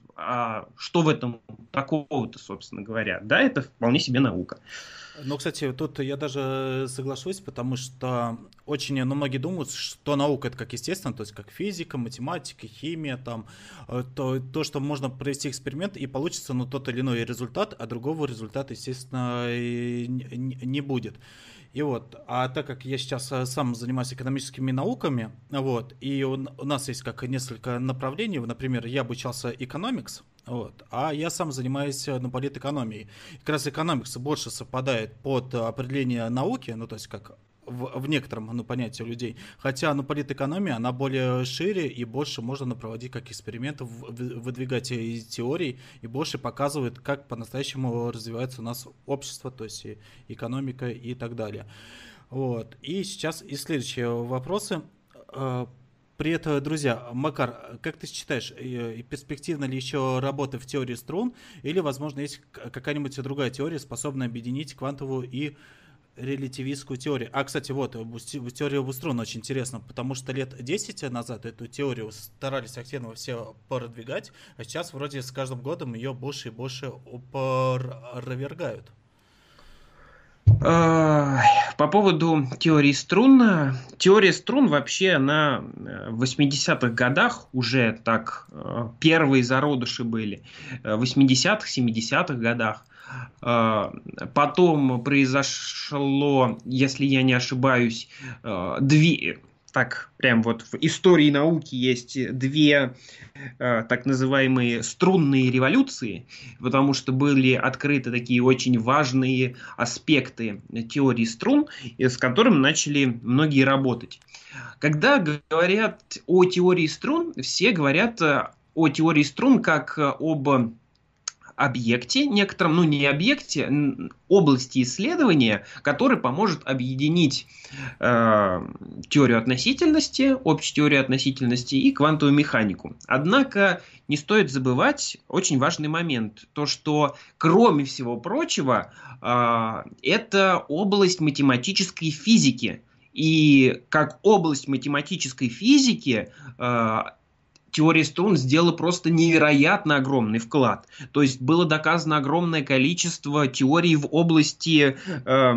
а что в этом такого-то, собственно говоря, да, это вполне себе наука. Ну, кстати, тут я даже соглашусь, потому что очень, ну, многие думают, что наука это как естественно, то есть как физика, математика, химия, там, э, то, то, что можно провести эксперимент и получится, ну, тот или иной результат, а другого результата, естественно, и не, не- не будет. И вот, а так как я сейчас э, сам занимаюсь экономическими науками, вот, и у, н- у нас есть как несколько направлений, например, я обучался экономикс, вот, а я сам занимаюсь, э, ну, политэкономией. И как раз экономикс больше совпадает под э, определение науки, ну, то есть как в, в некотором, ну, понятии у людей. Хотя, ну, политэкономия, она более шире и больше можно проводить как эксперименты, в- в- выдвигать и теории, и больше показывает, как по-настоящему развивается у нас общество, то есть и экономика и так далее. Вот. И сейчас и следующие вопросы. Э, Привет, э, друзья. Макар, как ты считаешь, э, перспективна ли еще работа в теории струн, или, возможно, есть к- какая-нибудь другая теория, способная объединить квантовую и релятивистскую теорию? А, кстати, вот, э, бу- те- теория струн очень интересна, потому что лет десять назад эту теорию старались активно все продвигать, а сейчас вроде с каждым годом ее больше и больше опровергают. Ай, По поводу теории струн. э, Теория струн вообще, она э, в восьмидесятых годах уже так э, первые зародыши были. э, В восьмидесятых, семидесятых годах. Э, Потом произошло, если я не ошибаюсь, э, две... Так, прям вот в истории науки есть две э, так называемые струнные революции, потому что были открыты такие очень важные аспекты теории струн, и с которыми начали многие работать. Когда говорят о теории струн, все говорят э, о теории струн как э, об объекте, некотором, ну не объекте, н- области исследования, который поможет объединить э, теорию относительности, общую теорию относительности и квантовую механику. Однако не стоит забывать очень важный момент, то что кроме всего прочего, э, это область математической физики. И как область математической физики э, теория струн сделала просто невероятно огромный вклад. То есть было доказано огромное количество теорий в области э,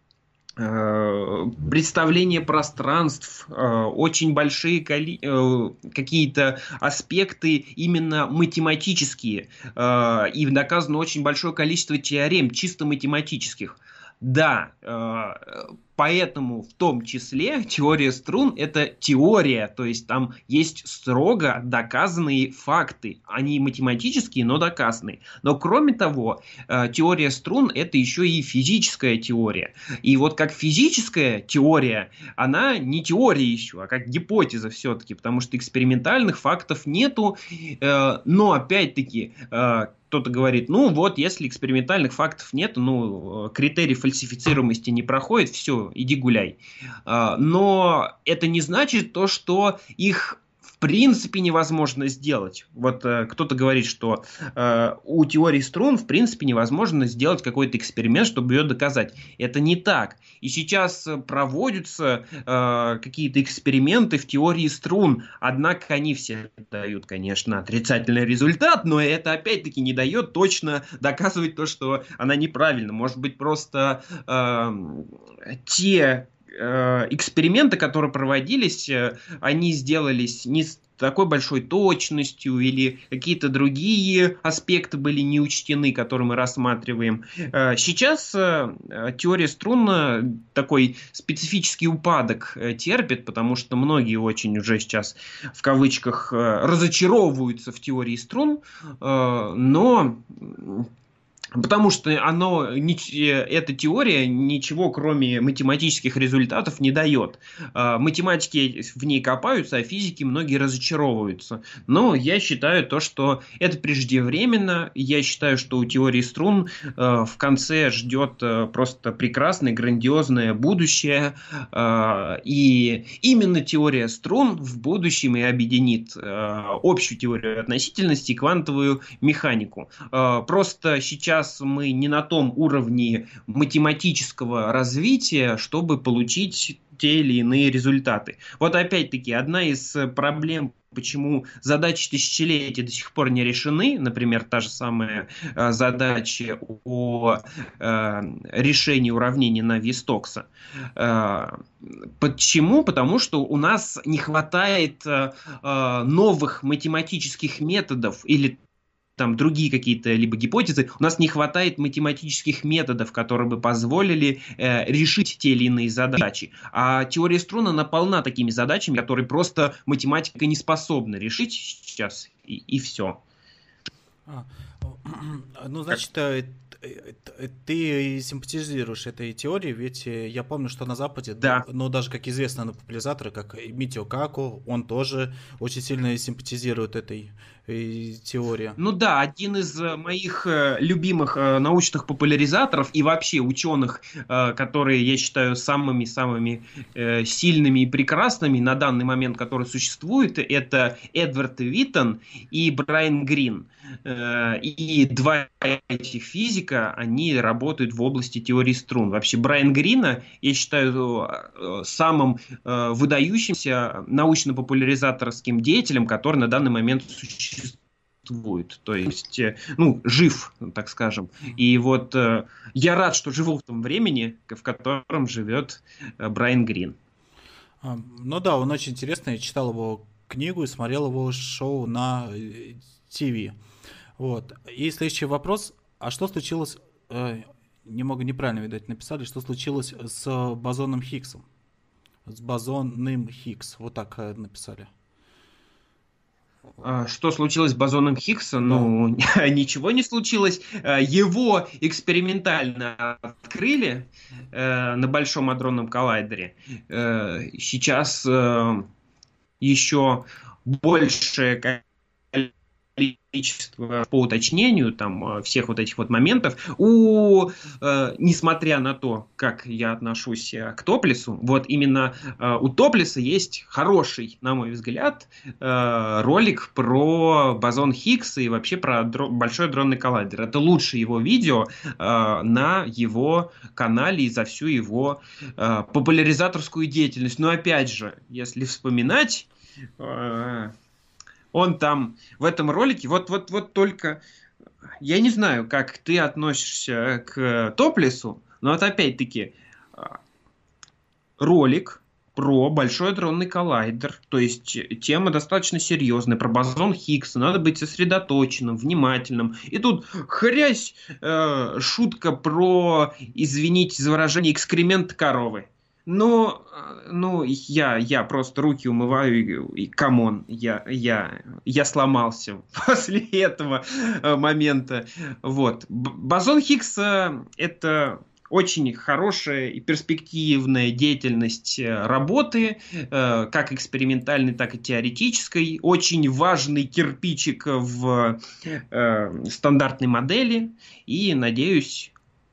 э, представления пространств, э, очень большие коли- э, какие-то аспекты именно математические. Э, и доказано очень большое количество теорем чисто математических. Да, э, поэтому в том числе теория струн это теория, то есть там есть строго доказанные факты. Они математические, но доказанные. Но кроме того, э, теория струн это еще и физическая теория. И вот как физическая теория, она не теория еще, а как гипотеза все-таки, потому что экспериментальных фактов нету, э, но опять-таки э, кто-то говорит, ну вот, если экспериментальных фактов нет, ну, критерий фальсифицируемости не проходит, все, иди гуляй. А, Но это не значит то, что их в принципе невозможно сделать. Вот э, кто-то говорит, что э, у теории струн в принципе невозможно сделать какой-то эксперимент, чтобы ее доказать. Это не так. И сейчас э, проводятся э, какие-то эксперименты в теории струн, однако они все дают, конечно, отрицательный результат, но это опять-таки не дает точно доказывать то, что она неправильна. Может быть, просто э, те э, эксперименты, которые проводились, э, они сделались не с такой большой точностью или какие-то другие аспекты были не учтены, которые мы рассматриваем. Э, Сейчас э, теория струн э, такой специфический упадок э, терпит, потому что многие очень уже сейчас в кавычках э, разочаровываются в теории струн, э, но потому что оно, эта теория ничего, кроме математических результатов, не дает. Математики в ней копаются, а физики многие разочаровываются. Но я считаю то, что это преждевременно. Я считаю, что у теории струн в конце ждет просто прекрасное, грандиозное будущее. И именно теория струн в будущем и объединит общую теорию относительности и квантовую механику. Просто сейчас мы не на том уровне математического развития, чтобы получить те или иные результаты. Вот опять-таки, одна из проблем, почему задачи тысячелетия до сих пор не решены, например, та же самая э, задача о э, решении уравнений Нави-Стокса. Э, почему? Потому что у нас не хватает э, новых математических методов или там другие какие-то либо гипотезы, у нас не хватает математических методов, которые бы позволили э, решить те или иные задачи. А теория струн, она полна такими задачами, которые просто математика не способна решить сейчас, и, и все. А, ну, значит, э, т- т- ты симпатизируешь этой теории, ведь э, я помню, что на Западе, д- Да. ну, даже как известные популяризаторы, как Митио Каку, он тоже очень сильно симпатизирует этой э, теории. Ну да, один из э, моих э, любимых э, научных популяризаторов и вообще ученых, э, которые я считаю самыми-самыми э, сильными и прекрасными на данный момент, которые существуют, это Эдвард Виттон и Брайан Грин. Э, и два этих физика, они работают в области теории струн. Вообще Брайан Грина я считаю э, самым э, выдающимся научно-популяризаторским деятелем, который на данный момент существует. То есть, э, ну, жив, так скажем. И вот э, я рад, что живу в том времени, в котором живет э, Брайан Грин. А, ну да, он очень интересный, я читал его книгу и смотрел его шоу на э, ти ви. Вот. И следующий вопрос. А что случилось, э, немного неправильно, видать, написали, что случилось с бозоном Хиггсом? С бозонным Хиггс. Вот так э, написали. А, Что случилось с бозоном Хиггса? Да. Ну, ничего не случилось. А, Его экспериментально открыли э, на Большом адронном коллайдере. Э, Сейчас э, еще большее количество по уточнению там всех вот этих вот моментов. У, э, несмотря на то, как я отношусь к топлесу, вот именно э, у топлеса есть хороший, на мой взгляд, э, ролик про бозон Хиггса и вообще про дро- большой дронный коллайдер. Это лучшее его видео э, на его канале и за всю его э, популяризаторскую деятельность. Но опять же, если вспоминать, э, он там в этом ролике, вот, вот, вот только, я не знаю, как ты относишься к топлесу, но вот опять-таки ролик про большой адронный коллайдер, то есть тема достаточно серьезная, про бозон Хиггса, надо быть сосредоточенным, внимательным. И тут хрясь, э, шутка про, извините за выражение, экскремент коровы. Ну, ну я, я просто руки умываю и камон, я, я, я сломался после этого момента. Вот. Бозон Хиггса это очень хорошая и перспективная деятельность работы, как экспериментальной, так и теоретической. Очень важный кирпичик в стандартной модели. И, надеюсь,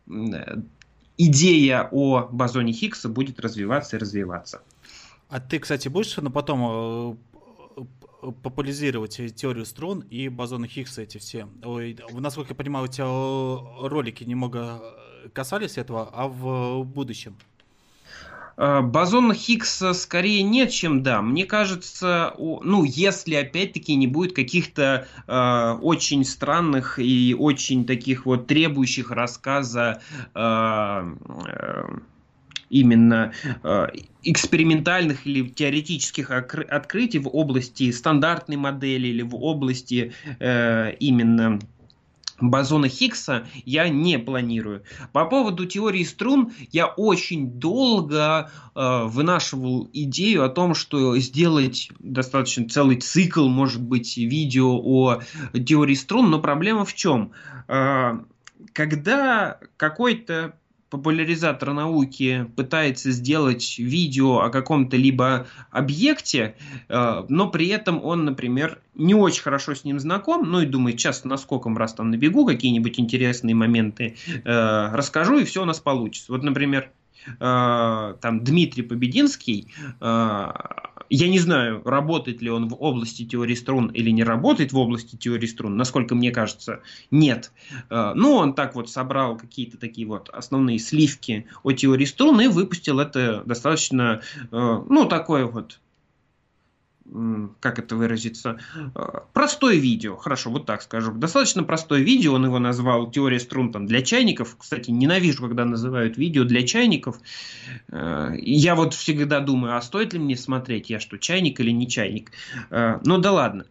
идея о бозоне Хиггса будет развиваться и развиваться. А ты, кстати, будешь ну, потом э, популяризировать теорию струн и бозоны Хиггса эти все? Ой, насколько я понимаю, у тебя ролики немного касались этого, а в будущем? Бозон Хиггса скорее нет, чем да. Мне кажется, ну, если опять-таки не будет каких-то э, очень странных и очень таких вот требующих рассказа э, э, именно э, экспериментальных или теоретических открытий в области стандартной модели или в области э, именно бозона Хиггса я не планирую. По поводу теории струн я очень долго э, вынашивал идею о том, что сделать достаточно целый цикл, может быть, видео о теории струн, но проблема в чем? Э, когда какой-то популяризатор науки пытается сделать видео о каком-то либо объекте, э, но при этом он, например, не очень хорошо с ним знаком, ну и думает, сейчас на скоком раз там набегу, какие-нибудь интересные моменты э, расскажу, и все у нас получится. Вот, например, э, там Дмитрий Побединский, э, я не знаю, работает ли он в области теории струн или не работает в области теории струн, насколько мне кажется, нет. Но он так вот собрал какие-то такие вот основные сливки о теории струн и выпустил это достаточно, ну, такое вот, как это выразиться, простое видео, хорошо, вот так скажу, достаточно простое видео, он его назвал «Теория струн там, для чайников», кстати, ненавижу, когда называют видео для чайников, я вот всегда думаю, а стоит ли мне смотреть, я что, чайник или не чайник, ну да ладно,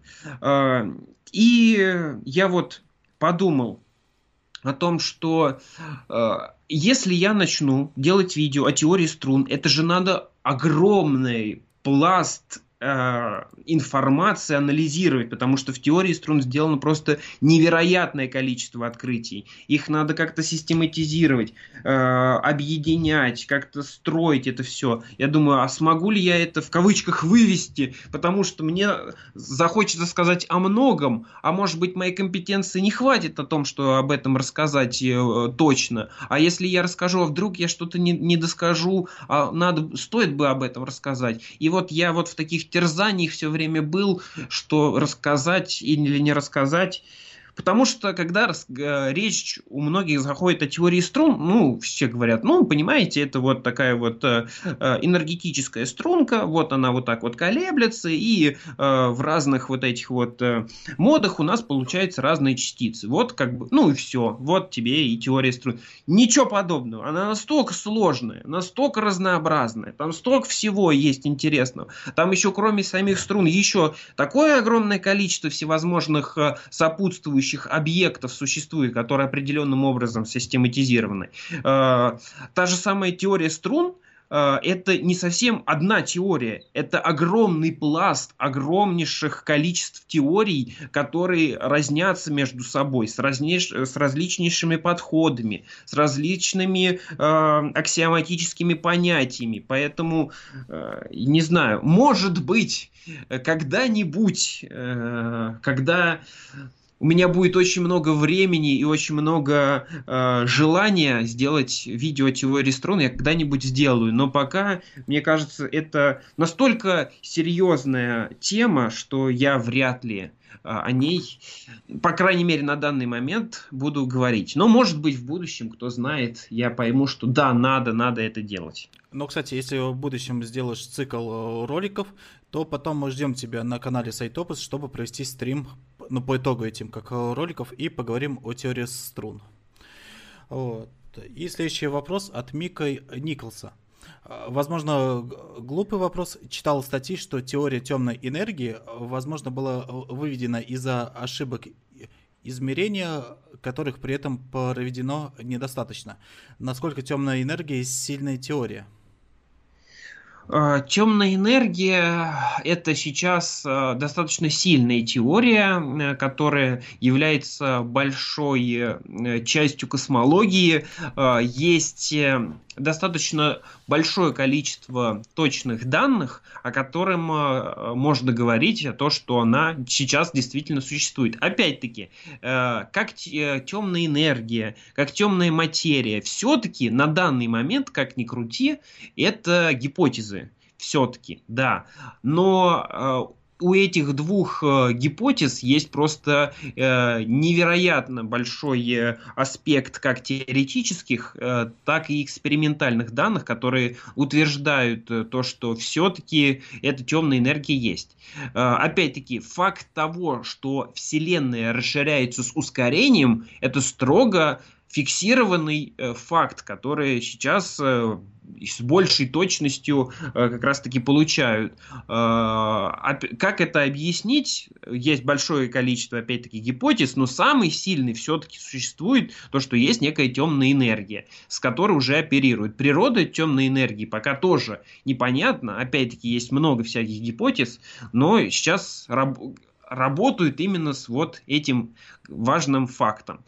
и я вот подумал о том, что если я начну делать видео о теории струн, это же надо огромный пласт информации анализировать, потому что в теории струн сделано просто невероятное количество открытий. Их надо как-то систематизировать, э, объединять, как-то строить это все. Я думаю, а смогу ли я это в кавычках вывести, потому что мне захочется сказать о многом, а может быть моей компетенции не хватит о том, что об этом рассказать э, точно. А если я расскажу, а вдруг я что-то не, не доскажу, а надо, стоит бы об этом рассказать. И вот я вот в таких терзаниях все время был, что рассказать или не рассказать. Потому что, когда рас, э, речь у многих заходит о теории струн, ну, все говорят, ну, понимаете, это вот такая вот э, энергетическая струнка, вот она вот так вот колеблется, и э, в разных вот этих вот э, модах у нас получаются разные частицы. Вот как бы, ну и все, вот тебе и теория струн. Ничего подобного, она настолько сложная, настолько разнообразная, там столько всего есть интересного. Там еще, кроме самих струн, еще такое огромное количество всевозможных э, сопутствующих объектов существует, которые определенным образом систематизированы. Та же самая теория струн, э, это не совсем одна теория, это огромный пласт огромнейших количеств теорий, которые разнятся между собой, с, разнейш... с различнейшими подходами, с различными э, аксиоматическими понятиями. Поэтому, э, не знаю, может быть, когда-нибудь, э, когда у меня будет очень много времени и очень много э, желания сделать видео о теории струн, я когда-нибудь сделаю. Но пока, мне кажется, это настолько серьезная тема, что я вряд ли э, о ней, по крайней мере, на данный момент буду говорить. Но, может быть, в будущем, кто знает, я пойму, что да, надо, надо это делать. Но, кстати, если в будущем сделаешь цикл э, роликов, то потом мы ждем тебя на канале Сайтопус, чтобы провести стрим, ну, по итогу этим как э, роликов, и поговорим о теории струн. Вот. И следующий вопрос от Мика Николса. Э, Возможно, г- глупый вопрос. Читал статьи, что теория темной энергии, э, возможно, была э, выведена из-за ошибок и- измерения, которых при этом проведено недостаточно. Насколько темная энергия сильная теория? Э, Темная энергия — это сейчас э, достаточно сильная теория, э, которая является большой э, частью космологии. Э, Есть э, достаточно большое количество точных данных, о котором э, можно говорить, о том, что она сейчас действительно существует. Опять-таки, э, как темная энергия, как темная материя, все-таки на данный момент, как ни крути, это гипотезы. Все-таки, да. Но э, у этих двух э, гипотез есть просто э, невероятно большой э, аспект как теоретических, э, так и экспериментальных данных, которые утверждают э, то, что все-таки эта темная энергия есть. Э, опять-таки, факт того, что Вселенная расширяется с ускорением, это строго фиксированный э, факт, который сейчас э, с большей точностью э, как раз-таки получают. Э, как это объяснить? Есть большое количество, опять-таки, гипотез, но самый сильный все-таки существует то, что есть некая темная энергия, с которой уже оперируют. Природа темной энергии пока тоже непонятна. Опять-таки, есть много всяких гипотез, но сейчас раб- работают именно с вот этим важным фактом.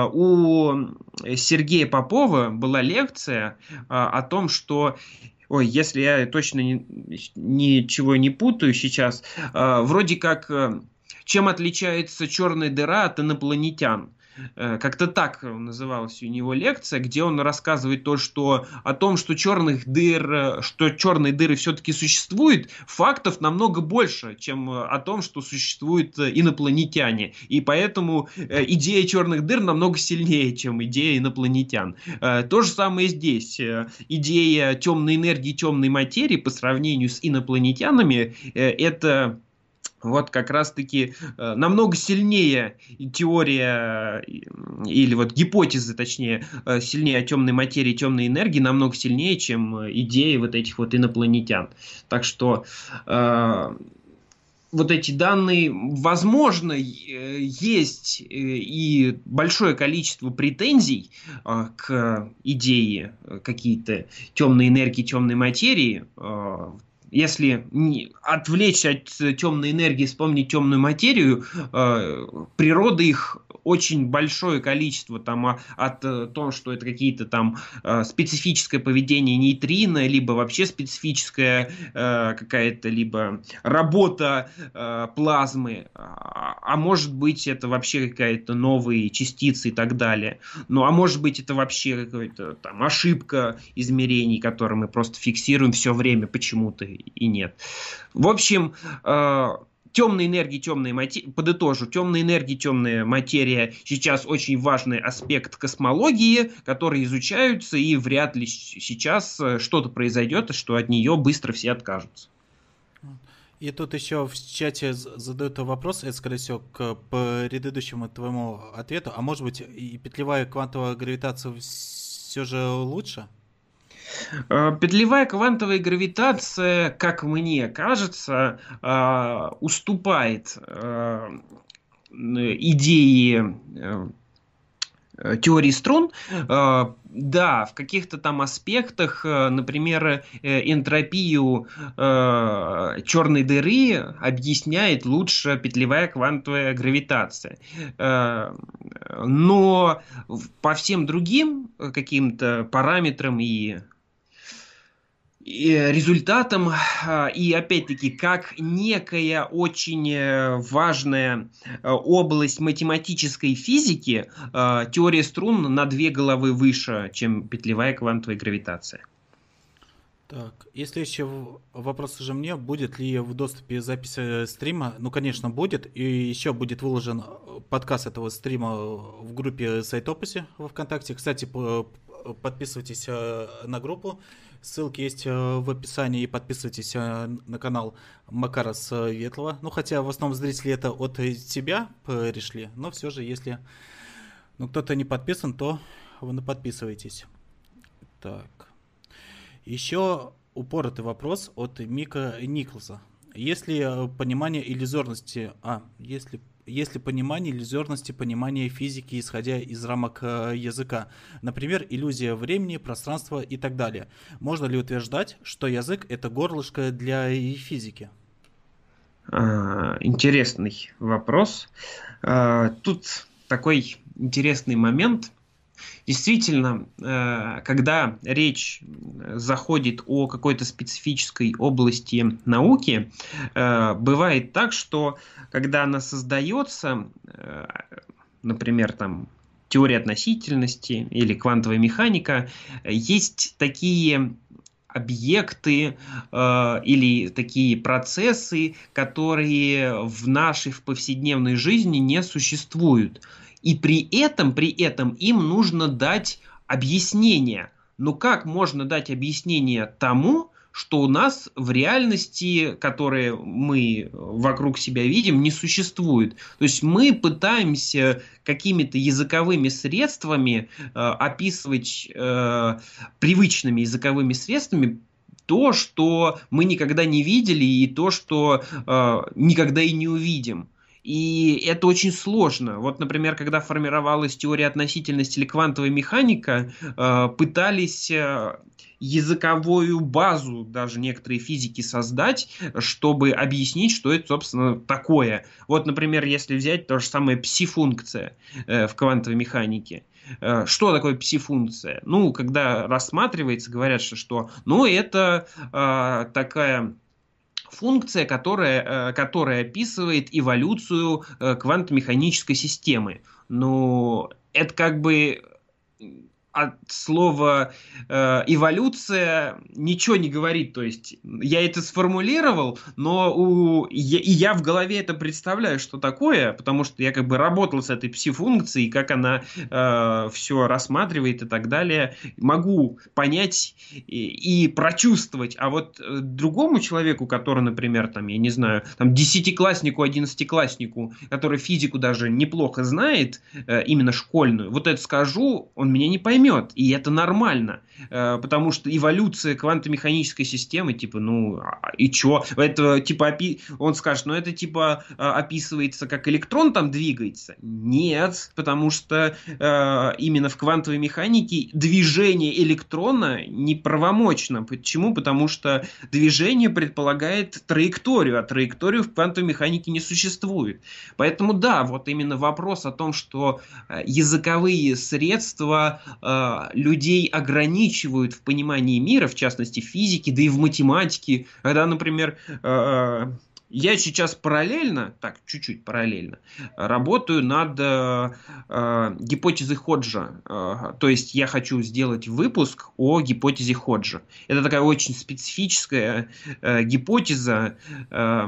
У Сергея Попова была лекция о том, что, ой, если я точно не, ничего не путаю сейчас, вроде как, чем отличается черная дыра от инопланетян. Как-то так называлась у него лекция, где он рассказывает то, что о том, что черных дыр, что черные дыры все-таки существуют, фактов намного больше, чем о том, что существуют инопланетяне. И поэтому идея черных дыр намного сильнее, чем идея инопланетян. То же самое здесь. Идея темной энергии, темной материи по сравнению с инопланетянами — это вот как раз-таки э, намного сильнее теория э, или вот гипотезы, точнее, э, сильнее о темной материи, темной энергии, намного сильнее, чем идеи вот этих вот инопланетян. Так что э, вот эти данные, возможно, э, есть э, и большое количество претензий э, к идее э, какие-то темной энергии, темной материи. Э, Если не, отвлечься от темной энергии, вспомнить темную материю, э, природа их очень большое количество там а, от э, того, что это какие-то там э, специфическое поведение нейтрино, либо вообще специфическая э, какая-то либо работа э, плазмы, а, а может быть это вообще какая-то новые частицы и так далее. Ну а может быть это вообще какая-то там ошибка измерений, которые мы просто фиксируем все время почему-то и нет. В общем, э, темная энергия, темная материя, подытожу, темная энергия, темная материя сейчас очень важный аспект космологии, который изучаются, и вряд ли сейчас что-то произойдет, что от нее быстро все откажутся. И тут еще в чате задают вопрос, это, скорее всего, к предыдущему твоему ответу. А может быть, и петлевая квантовая гравитация все же лучше? Петлевая квантовая гравитация, как мне кажется, уступает идее теории струн да, в каких-то там аспектах, э, например, э, энтропию э, черной дыры объясняет лучше петлевая квантовая гравитация. Э, но в- по всем другим э, каким-то параметрам и и результатом, а, и опять-таки, как некая очень э, важная э, область математической физики, э, теория струн на две головы выше, чем петлевая квантовая гравитация. Так, если еще в- вопрос уже мне, будет ли в доступе запись э, стрима? Ну, конечно, будет. И еще будет выложен э, подкаст этого стрима в группе Сайтопусе во ВКонтакте. Кстати, по- п- подписывайтесь э, на группу. Ссылки есть э, в описании. И подписывайтесь э, на канал Макара Светлого. Ну, хотя в основном зрители это от э, тебя пришли. Но все же, если ну, кто-то не подписан, то вы не подписывайтесь. Так. Еще упоротый вопрос от Мика Николса. Если э, понимание иллюзорности, а, если, если понимание иллюзорности понимания физики, исходя из рамок э, языка, например, иллюзия времени, пространства и так далее, можно ли утверждать, что язык это горлышко для и физики? А, Интересный вопрос. А, Тут такой интересный момент. Действительно, э, когда речь заходит о какой-то специфической области науки, э, бывает так, что когда она создается, э, например, там теория относительности или квантовая механика, э, есть такие объекты э, или такие процессы, которые в нашей в повседневной жизни не существуют. И при этом, при этом им нужно дать объяснение. Но как можно дать объяснение тому, что у нас в реальности, которые мы вокруг себя видим, не существует? То есть мы пытаемся какими-то языковыми средствами э, описывать э, привычными языковыми средствами то, что мы никогда не видели, и то, что э, никогда и не увидим. И это очень сложно. Вот, например, когда формировалась теория относительности или квантовая механика, э, пытались э, языковую базу даже некоторые физики создать, чтобы объяснить, что это, собственно, такое. Вот, например, если взять то же самое пси-функция э, в квантовой механике. Э, Что такое пси-функция? Ну, когда рассматривается, говорят, что, что ну, это э, такая функция, которая, э, которая описывает эволюцию э, квантомеханической системы. Но это как бы от слова э, эволюция ничего не говорит. То есть я это сформулировал, но у, я, и я в голове это представляю, что такое, потому что я как бы работал с этой пси-функцией, как она э, все рассматривает и так далее. Могу понять и, и прочувствовать. А вот э, другому человеку, который, например, там, я не знаю, там, десятикласснику, одиннадцатикласснику, который физику даже неплохо знает, э, именно школьную, вот это скажу, он меня не поймет. И это нормально, э, потому что эволюция квантомеханической системы, типа, ну, а, и чё? Это, типа, опи... он скажет, ну, это, типа, описывается, как электрон там двигается? Нет, потому что э, именно в квантовой механике движение электрона неправомочно. Почему? Потому что движение предполагает траекторию, а траекторию в квантовой механике не существует. Поэтому, да, вот именно вопрос о том, что языковые средства э, людей ограничивают в понимании мира, в частности физики, да и в математике. Когда, например, э, я сейчас параллельно, так, чуть-чуть параллельно, работаю над э, э, гипотезой Ходжа. Э, то есть я хочу сделать выпуск о гипотезе Ходжа. Это такая очень специфическая э, гипотеза, э,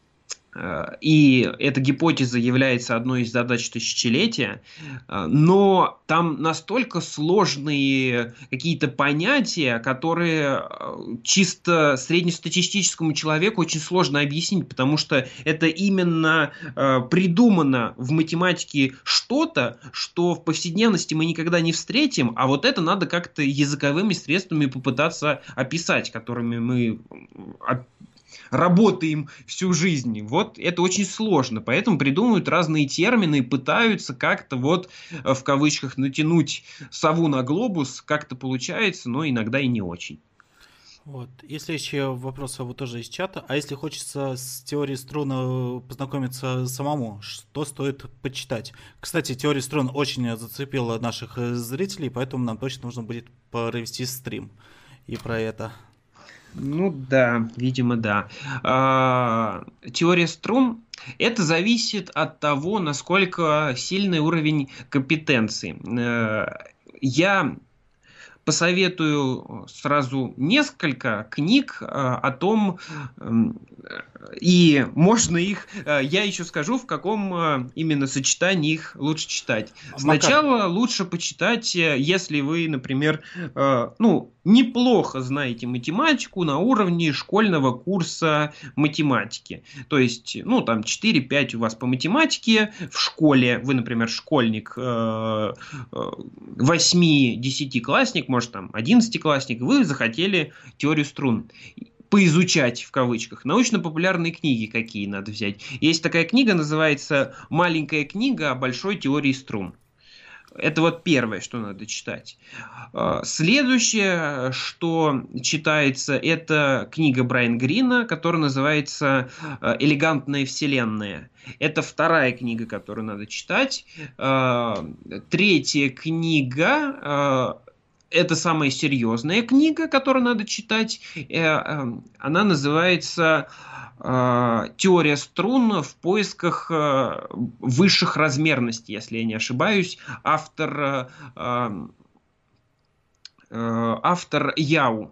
и эта гипотеза является одной из задач тысячелетия, но там настолько сложные какие-то понятия, которые чисто среднестатистическому человеку очень сложно объяснить, потому что это именно придумано в математике что-то, что в повседневности мы никогда не встретим, а вот это надо как-то языковыми средствами попытаться описать, которыми мы работаем всю жизнь. Вот это очень сложно, поэтому придумывают разные термины и пытаются как-то вот э, в кавычках натянуть сову на глобус, как-то получается, но иногда и не очень. Вот. Если еще вопросы вот тоже из чата, а если хочется с теорией струн э, познакомиться самому, что стоит почитать? Кстати, теория струн очень зацепила наших э, зрителей, поэтому нам точно нужно будет провести стрим и про это. Ну да, видимо, да. А, теория струн это зависит от того, насколько сильный уровень компетенции. Э, Я посоветую сразу несколько книг э, о том, э, и можно их, э, я еще скажу, в каком э, именно сочетании их лучше читать. Макар, Сначала лучше почитать, э, если вы, например, э, ну, неплохо знаете математику на уровне школьного курса математики. То есть, ну, там четыре-пять у вас по математике в школе, вы, например, школьник, э, восьми-десятиклассник, может, там, одиннадцатиклассник, вы захотели теорию струн поизучать, в кавычках, научно-популярные книги какие надо взять. Есть такая книга, называется «Маленькая книга о большой теории струн». Это вот первое, что надо читать. Следующее, что читается, это книга Брайана Грина, которая называется «Элегантная вселенная». Это вторая книга, которую надо читать. Третья книга — это самая серьезная книга, которую надо читать. Она называется «Теория струн в поисках высших размерностей», если я не ошибаюсь. Автор, автор Яу.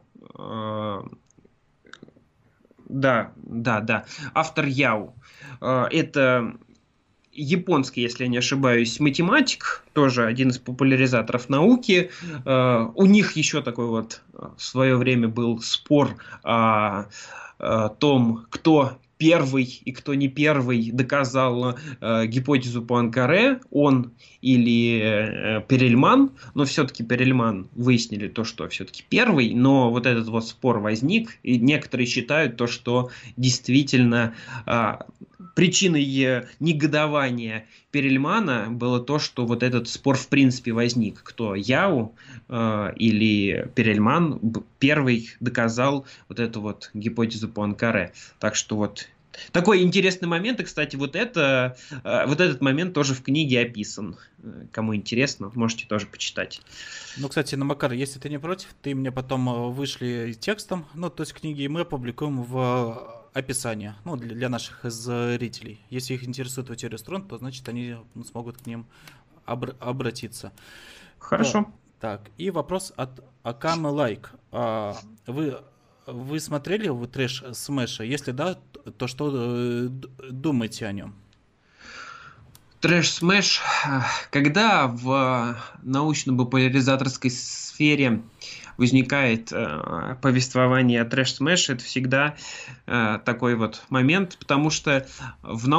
Да, да, да. Автор Яу. Это японский, если я не ошибаюсь, математик, тоже один из популяризаторов науки. У них еще такой вот в свое время был спор о, о том, кто первый и кто не первый доказал э, гипотезу Пуанкаре, он или э, Перельман, но все-таки Перельман выяснили то, что все-таки первый, но вот этот вот спор возник, и некоторые считают то, что действительно э, причиной негодования Перельмана было то, что вот этот спор в принципе возник. Кто, Яу э, или Перельман первый доказал вот эту вот гипотезу Пуанкаре. Так что вот такой интересный момент. И, кстати, вот, это, э, вот этот момент тоже в книге описан. Кому интересно, можете тоже почитать. ну, кстати, на Макар, если ты не против, ты мне потом вышли текстом, ну, то есть книги, и мы опубликуем в описание, ну, для, для наших зрителей. Если их интересует теория струн, то, значит, они смогут к ним обр- обратиться. Хорошо. Да. Так, и вопрос от Акамы Лайк. А, вы, вы смотрели вы трэш Смэша? Если да, то что э, думаете о нем? Трэш Смэш, когда в научно-популяризаторской сфере возникает э, повествование о Трэш Смэш, это всегда э, такой вот момент, потому что в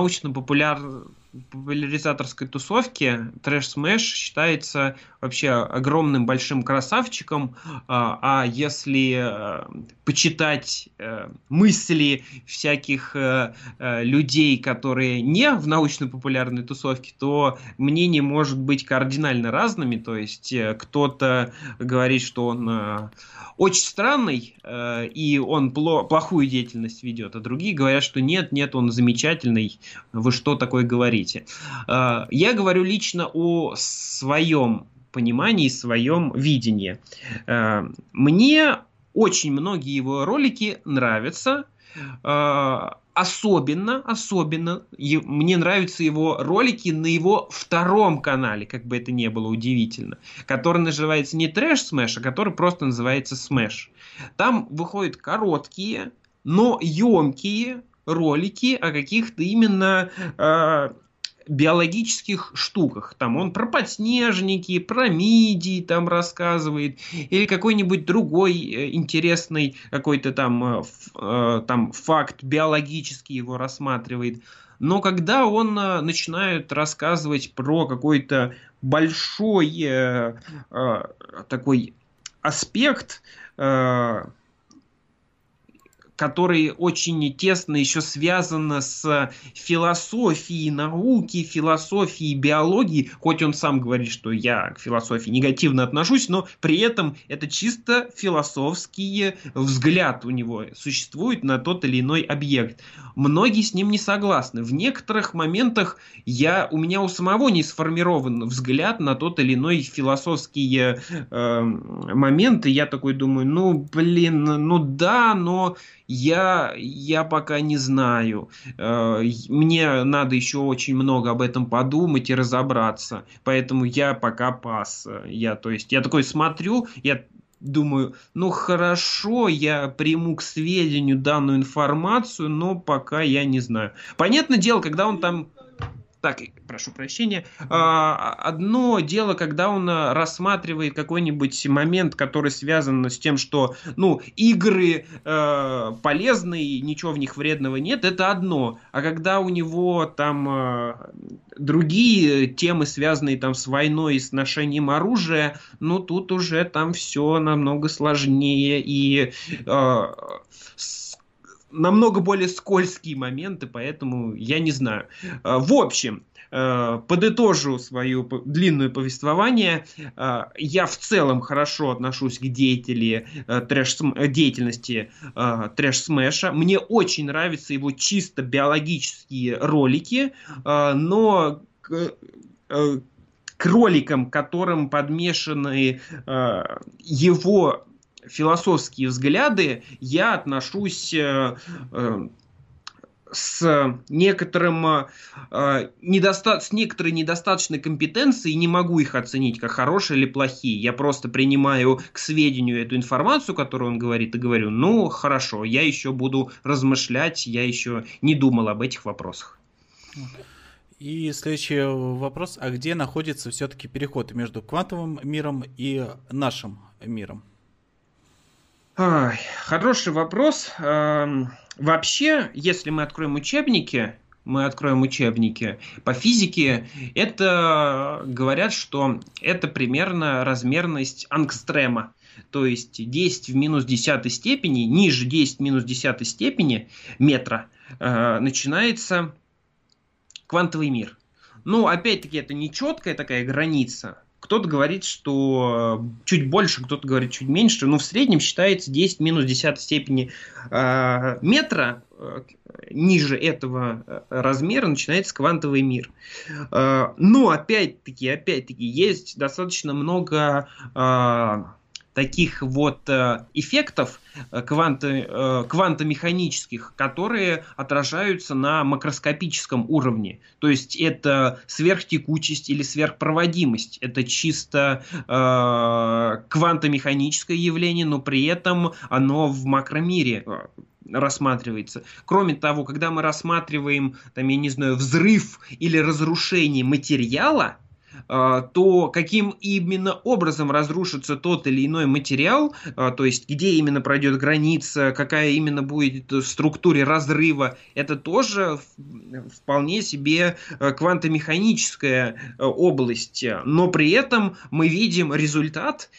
научно-популяризаторской тусовке Трэш Смэш считается вообще огромным большим красавчиком, э, а если э, почитать э, мысли всяких э, э, людей, которые не в научно-популярной тусовке, то мнение может быть кардинально разными, то есть э, кто-то говорит, что он э, очень странный, э, и он пло- плохую деятельность ведет, а другие говорят, что нет, нет, он замечательный, вы что такое говорите? Э, я говорю лично о своем понимании, своем видении. Э, мне очень многие его ролики нравятся, э, Особенно, особенно е- мне нравятся его ролики на его втором канале, как бы это ни было удивительно, который называется не Трэш Смэш, а который просто называется Смэш. Там выходят короткие, но емкие ролики о каких-то именно э, биологических штуках. Там он про подснежники, про мидии там рассказывает, или какой-нибудь другой э, интересный какой-то там, э, ф- э, там факт биологический его рассматривает. Но когда он э, начинает рассказывать про какой-то большой э, э, такой аспект, э, который очень тесно еще связан с философией науки, философией биологии, хоть он сам говорит, что я к философии негативно отношусь, но при этом это чисто философский взгляд у него существует на тот или иной объект. Многие с ним не согласны. В некоторых моментах я, у меня у самого не сформирован взгляд на тот или иной философский э, момент, и я такой думаю, ну, блин, ну да, но я, я пока не знаю. Э, мне надо еще очень много об этом подумать и разобраться, поэтому я пока пас. Я, то есть, я такой смотрю, я думаю, ну хорошо, я приму к сведению данную информацию, но пока я не знаю. Понятное дело, когда он там... Так, прошу прощения. Одно дело, когда он рассматривает какой-нибудь момент, который связан с тем, что, ну, игры э, полезные, ничего в них вредного нет, это одно. А когда у него там э, другие темы, связанные там с войной и с ношением оружия, ну, тут уже там все намного сложнее и... Э, намного более скользкие моменты, поэтому я не знаю. В общем, подытожу свое длинное повествование. Я в целом хорошо отношусь к деятели, трэш, деятельности трэш-смэша. Мне очень нравятся его чисто биологические ролики, но к, к роликам, которым подмешаны его философские взгляды, я отношусь э, э, с некоторым э, недоста- с некоторой недостаточной компетенцией, и не могу их оценить как хорошие или плохие. Я просто принимаю к сведению эту информацию, которую он говорит, и говорю, ну хорошо, я еще буду размышлять, я еще не думал об этих вопросах. И следующий вопрос, а где находится все-таки переход между квантовым миром и нашим миром? Ой, хороший вопрос. Эм, вообще, если мы откроем учебники, мы откроем учебники по физике, это говорят, что это примерно размерность ангстрема. То есть десять в минус десятой степени, ниже десять в минус десятой степени метра э, начинается квантовый мир. Ну, опять-таки, это не четкая такая граница. Кто-то говорит, что чуть больше, кто-то говорит чуть меньше, но в среднем считается десять в минус десятой степени э, метра. Э, ниже этого размера начинается квантовый мир. Э, но опять-таки, опять-таки, есть достаточно много э, таких вот э, эффектов кванты, э, квантомеханических, которые отражаются на макроскопическом уровне. То есть это сверхтекучесть или сверхпроводимость. Это чисто э, квантомеханическое явление, но при этом оно в макромире рассматривается. Кроме того, когда мы рассматриваем, там, я не знаю, взрыв или разрушение материала, то каким именно образом разрушится тот или иной материал, то есть где именно пройдет граница, какая именно будет в структуре разрыва, это тоже вполне себе квантомеханическая область. Но при этом мы видим результат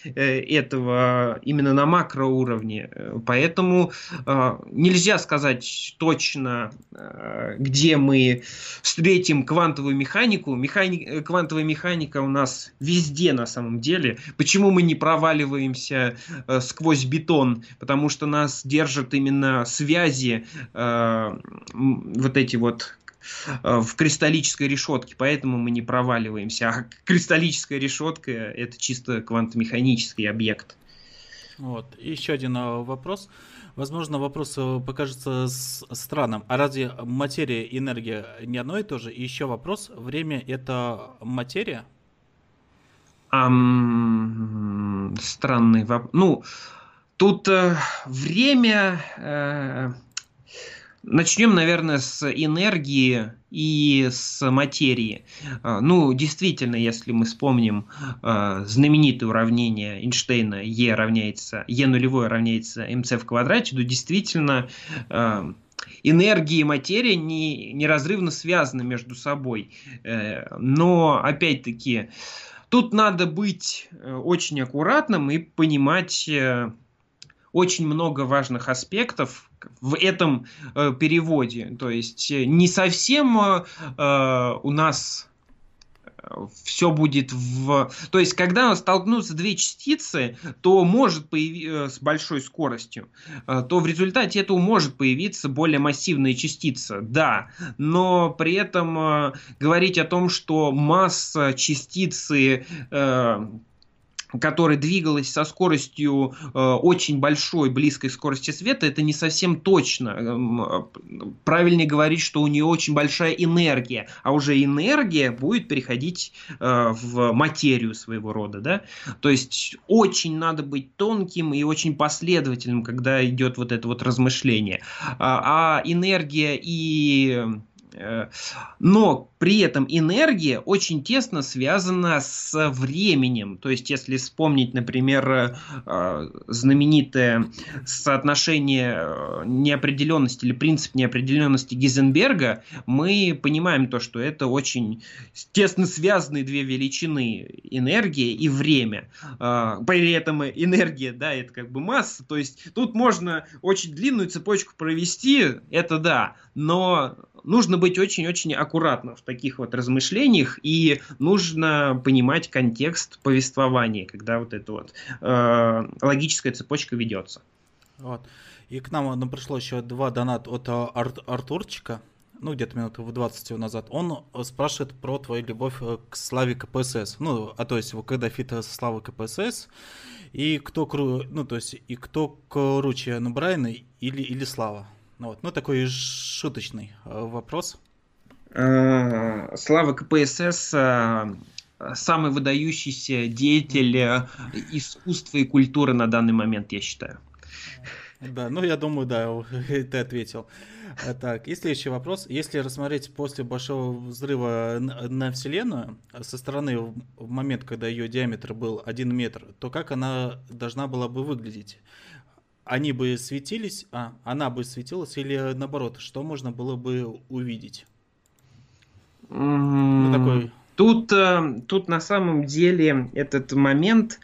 этого именно на макроуровне. Поэтому нельзя сказать точно, где мы встретим квантовую механику. Механи... Квантовая механика у нас везде на самом деле. Почему мы не проваливаемся э, сквозь бетон? Потому что нас держат именно связи, э, вот эти вот э, в кристаллической решетке, поэтому мы не проваливаемся. А кристаллическая решетка — это чисто квантомеханический объект. Вот. И еще один вопрос. Возможно, вопрос покажется странным. А разве материя и энергия не одно и то же? И еще вопрос. Время — это материя? Um, странный вопрос. Ну, тут э, время... Э, начнем, наверное, с энергии и с материи. Ну, действительно, если мы вспомним э, знаменитое уравнение Эйнштейна E равняется, E нулевое равняется mc в квадрате, то действительно э, энергия и материя не, неразрывно связаны между собой. Э, но, опять-таки, тут надо быть очень аккуратным и понимать... Э, очень много важных аспектов в этом э, переводе. То есть э, не совсем э, э, у нас все будет в... То есть, когда столкнутся две частицы, то может появиться с большой скоростью, то в результате этого может появиться более массивная частица, да, но при этом э, говорить о том, что масса частицы э, которая двигалась со скоростью э, очень большой, близкой к скорости света, это не совсем точно. Правильнее говорить, что у нее очень большая энергия, а уже энергия будет переходить э, в материю своего рода, да? То есть очень надо быть тонким и очень последовательным, когда идет вот это вот размышление. А, а энергия и... Но при этом энергия очень тесно связана с временем. То есть, если вспомнить, например, знаменитое соотношение неопределенности или принцип неопределенности Гейзенберга, мы понимаем то, что это очень тесно связанные две величины – энергия и время. При этом энергия, да, это как бы масса. То есть, тут можно очень длинную цепочку провести, это да, но нужно быть очень-очень аккуратным в таких вот размышлениях, и нужно понимать контекст повествования, когда вот эта вот э, логическая цепочка ведется. Вот. И к нам ну, пришло еще два доната от Ар- Артурчика, ну где-то минут двадцать назад. Он спрашивает про твою любовь к Славе КПСС. Ну, а то есть, когда фит со Славой КПСС, и кто кру... ну, то есть, и кто круче, ну, Брайан или, или Слава? Вот. Ну, такой шуточный вопрос. Слава КПСС самый выдающийся деятель искусства и культуры на данный момент, я считаю. Да, ну я думаю, да, ты ответил. Так, и следующий вопрос. Если рассмотреть после Большого взрыва на Вселенную со стороны в момент, когда ее диаметр был один метр, то как она должна была бы выглядеть? Они бы светились, а она бы светилась, или наоборот, что можно было бы увидеть? Mm-hmm. Ну, такой... Тут, тут на самом деле этот момент...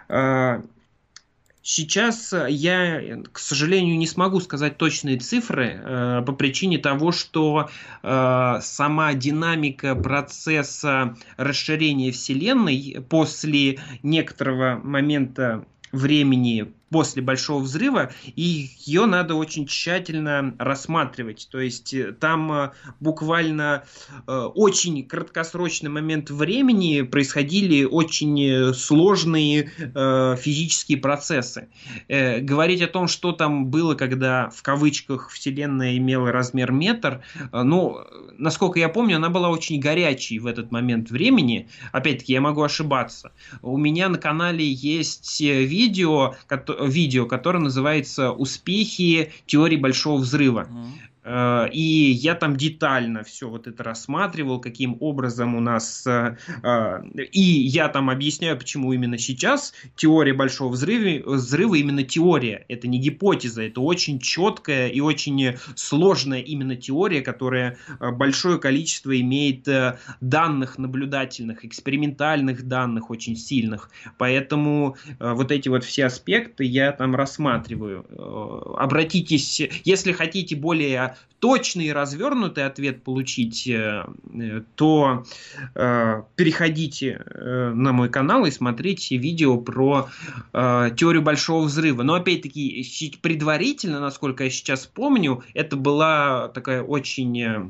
Сейчас я, к сожалению, не смогу сказать точные цифры э, по причине того, что э, сама динамика процесса расширения Вселенной после некоторого момента времени после Большого взрыва, и ее надо очень тщательно рассматривать. То есть там буквально э, очень краткосрочный момент времени происходили очень сложные э, физические процессы. Э, говорить о том, что там было, когда в кавычках Вселенная имела размер метр, э, ну, насколько я помню, она была очень горячей в этот момент времени. Опять-таки, я могу ошибаться. У меня на канале есть видео, которое видео, которое называется «Успехи теории Большого взрыва». Mm-hmm. И я там детально все вот это рассматривал, каким образом у нас... И я там объясняю, почему именно сейчас теория Большого взрыва, взрыва именно теория. Это не гипотеза, это очень четкая и очень сложная именно теория, которая большое количество имеет данных наблюдательных, экспериментальных данных очень сильных. Поэтому вот эти вот все аспекты я там рассматриваю. Обратитесь, если хотите более точный и развернутый ответ получить, то э, переходите э, на мой канал и смотрите видео про э, теорию Большого взрыва. Но опять-таки, предварительно, насколько я сейчас помню, это была такая очень... Э,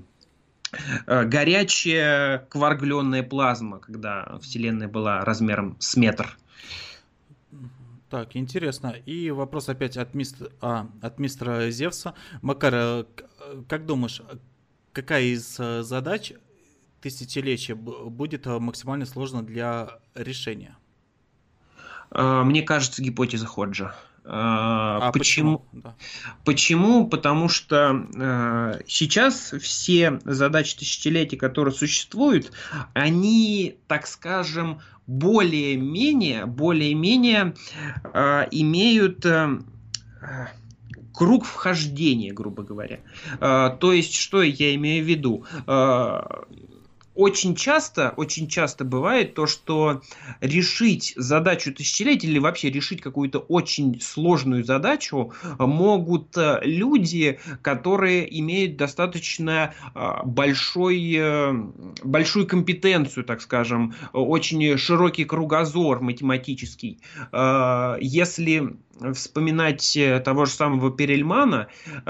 горячая кваргленная плазма, когда Вселенная была размером с метр. Так, интересно. И вопрос опять от мистера, а, от мистера Зевса. Макар, как думаешь, какая из задач тысячелетия будет максимально сложна для решения? Мне кажется, гипотеза Ходжа. А почему? Почему? Да. Почему? Потому что э, сейчас все задачи тысячелетия, которые существуют, они, так скажем, более-менее, более-менее э, имеют э, круг вхождения, грубо говоря. Э, то есть, что я имею в виду? Э, очень часто, очень часто бывает то, что решить задачу тысячелетия или вообще решить какую-то очень сложную задачу могут э, люди, которые имеют достаточно э, большой, э, большую компетенцию, так скажем, очень широкий кругозор математический. Э, Если вспоминать э, того же самого Перельмана,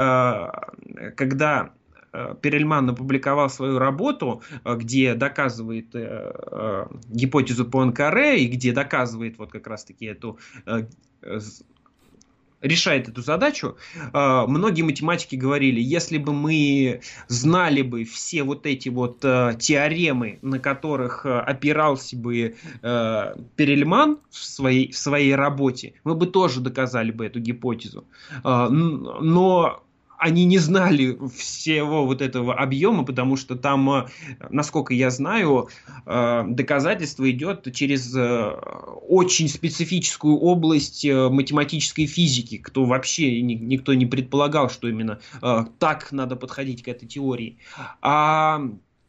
э, когда э, Перельман опубликовал свою работу, э, где доказывает э, э, гипотезу Пуанкаре и где доказывает вот как раз-таки эту э, э, решает эту задачу, э, многие математики говорили, если бы мы знали бы все вот эти вот э, теоремы, на которых э, опирался бы э, Перельман в своей, в своей работе, мы бы тоже доказали бы эту гипотезу. Э, но они не знали всего вот этого объема, потому что там, э, насколько я знаю, э, доказательство идет через э, очень специфическую область э, математической физики, кто вообще ни- никто не предполагал, что именно э, так надо подходить к этой теории. А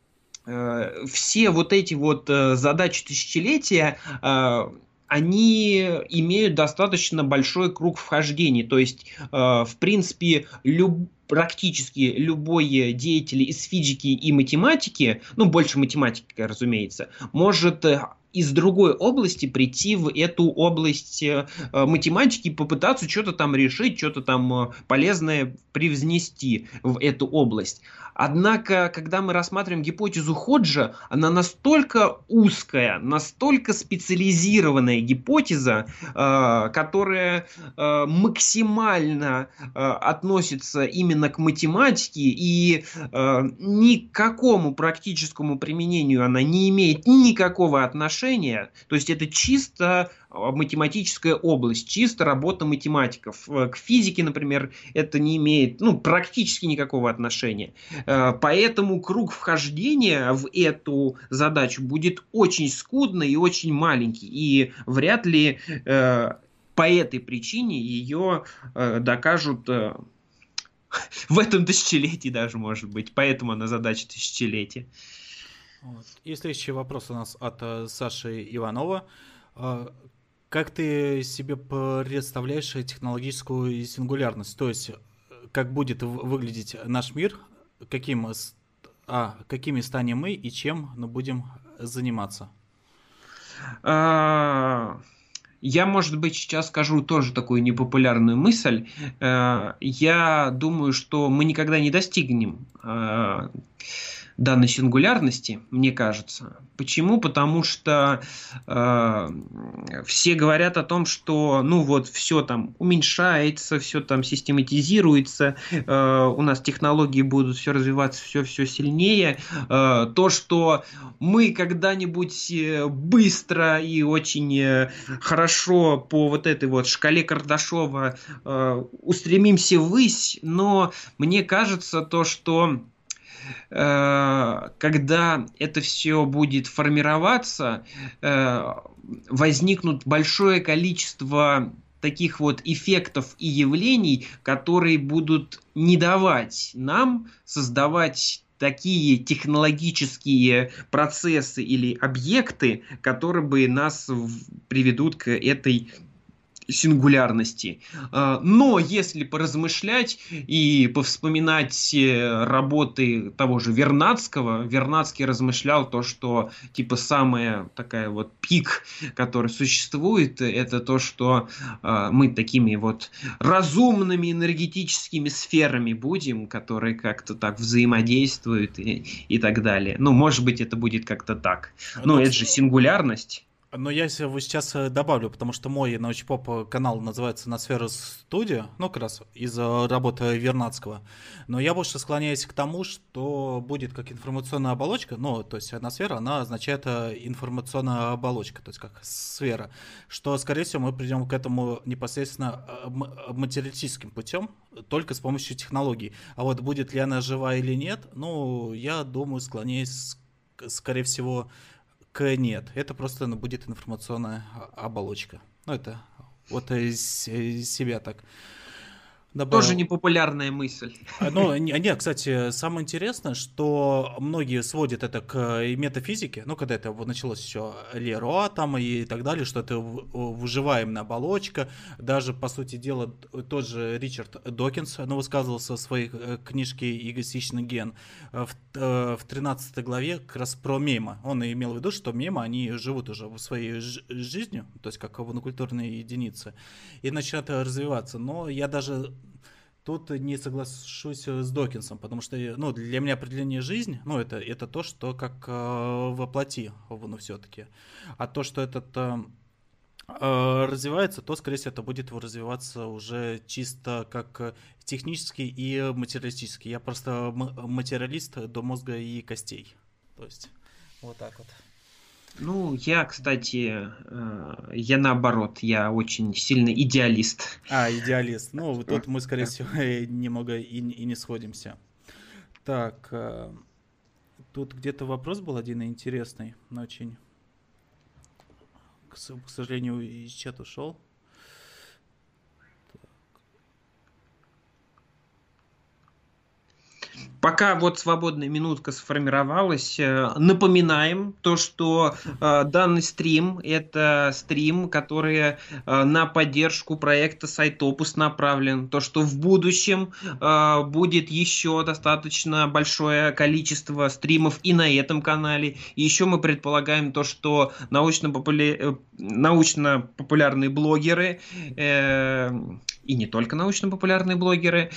э, все вот эти вот э, задачи тысячелетия, э, они имеют достаточно большой круг вхождений. То есть, э, в принципе, люб- практически любой деятель из физики и математики, ну, больше математики, разумеется, может э, из другой области прийти в эту область э, математики и попытаться что-то там решить, что-то там э, полезное привнести в эту область. Однако, когда мы рассматриваем гипотезу Ходжа, она настолько узкая, настолько специализированная гипотеза, э, которая э, максимально э, относится именно к математике и э, ни к какому практическому применению она не имеет никакого отношения. То есть это чисто э, математическая область, чисто работа математиков. Э, К физике, например, это не имеет ну, практически никакого отношения. Э, Поэтому круг вхождения в эту задачу будет очень скудный и очень маленький. И вряд ли э, по этой причине ее э, докажут э, в этом тысячелетии даже, может быть. Поэтому она задача тысячелетия. Вот. И следующий вопрос у нас от э, Саши Иванова. Э, Как ты себе представляешь технологическую сингулярность? То есть, э, как будет в- выглядеть наш мир, каким, с- а, какими станем мы и чем мы будем заниматься? А, Я, может быть, сейчас скажу тоже такую непопулярную мысль. Э, Я думаю, что мы никогда не достигнем э, данной сингулярности, мне кажется. Почему? Потому что э, все говорят о том, что ну вот все там уменьшается, все там систематизируется, э, у нас технологии будут все развиваться все-все сильнее. Э, то, что мы когда-нибудь э, быстро и очень э, хорошо по вот этой вот шкале Кардашова э, устремимся ввысь, но мне кажется то, что э, когда это все будет формироваться, э, возникнут большое количество таких вот эффектов и явлений, которые будут не давать нам создавать такие технологические процессы или объекты, которые бы нас в- приведут к этой сингулярности. А, Но если поразмышлять и повспоминать э, работы того же Вернадского, Вернадский размышлял то, что типа самая такая вот пик, который существует, это то, что а, мы такими вот разумными энергетическими сферами будем, которые как-то так взаимодействуют и, и так далее. Ну, может быть, это будет как-то так. Но Ну, это кс- же сингулярность. Но я се- вот сейчас э, добавлю, потому что мой научпоп канал называется Ноосфера Студия, ну, как раз из э, работы Вернадского. Но я больше склоняюсь к тому, что будет как информационная оболочка, ну, то есть ноосфера, она означает э, информационная оболочка, то есть как сфера, что, скорее всего, мы придем к этому непосредственно э, м- материалистическим путем, только с помощью технологий. А вот будет ли она жива или нет, ну, я думаю, склоняюсь, к- скорее всего, к нет, это просто ну, будет информационная а- оболочка. Ну, это вот из из себя так. Тоже добавил. непопулярная мысль. А, Ну, не, не, кстати, самое интересное, что многие сводят это к э, метафизике, ну, когда это вот началось еще Леруа там и так далее, что это в- выживаемая оболочка, даже, по сути дела, т- тот же Ричард Докинс, ну, высказывался в своей э, книжке «Эгоистичный ген» э, в, э, в тринадцатой главе как раз про мемы. Он имел в виду, что мемы, они живут уже в своей ж- жизнью, то есть как монокультурные единицы, и начинают развиваться. Но я даже тут не соглашусь э, с Докинсом, потому что, э, ну, для меня определение жизнь, ну, это, это то, что как э, воплоти, ну, все-таки. А то, что этот э, э, развивается, то, скорее всего, это будет развиваться уже чисто как э, технически и материалистически. Я просто м- материалист до мозга и костей. То есть, вот так вот. Ну, я, кстати, э, я наоборот, я очень сильный идеалист. А, идеалист. Ну, вот тут мы, скорее всего, немного и, и не сходимся. Так, э, тут где-то вопрос был один интересный, но очень, к, с- к сожалению, из чата ушел. Пока вот свободная минутка сформировалась, э, напоминаем то, что э, данный стрим — это стрим, который э, на поддержку проекта Сайтопус направлен. То, что в будущем э, будет еще достаточно большое количество стримов и на этом канале. И еще мы предполагаем то, что научно-популя- э, научно-популярные блогеры, э, и не только научно-популярные блогеры,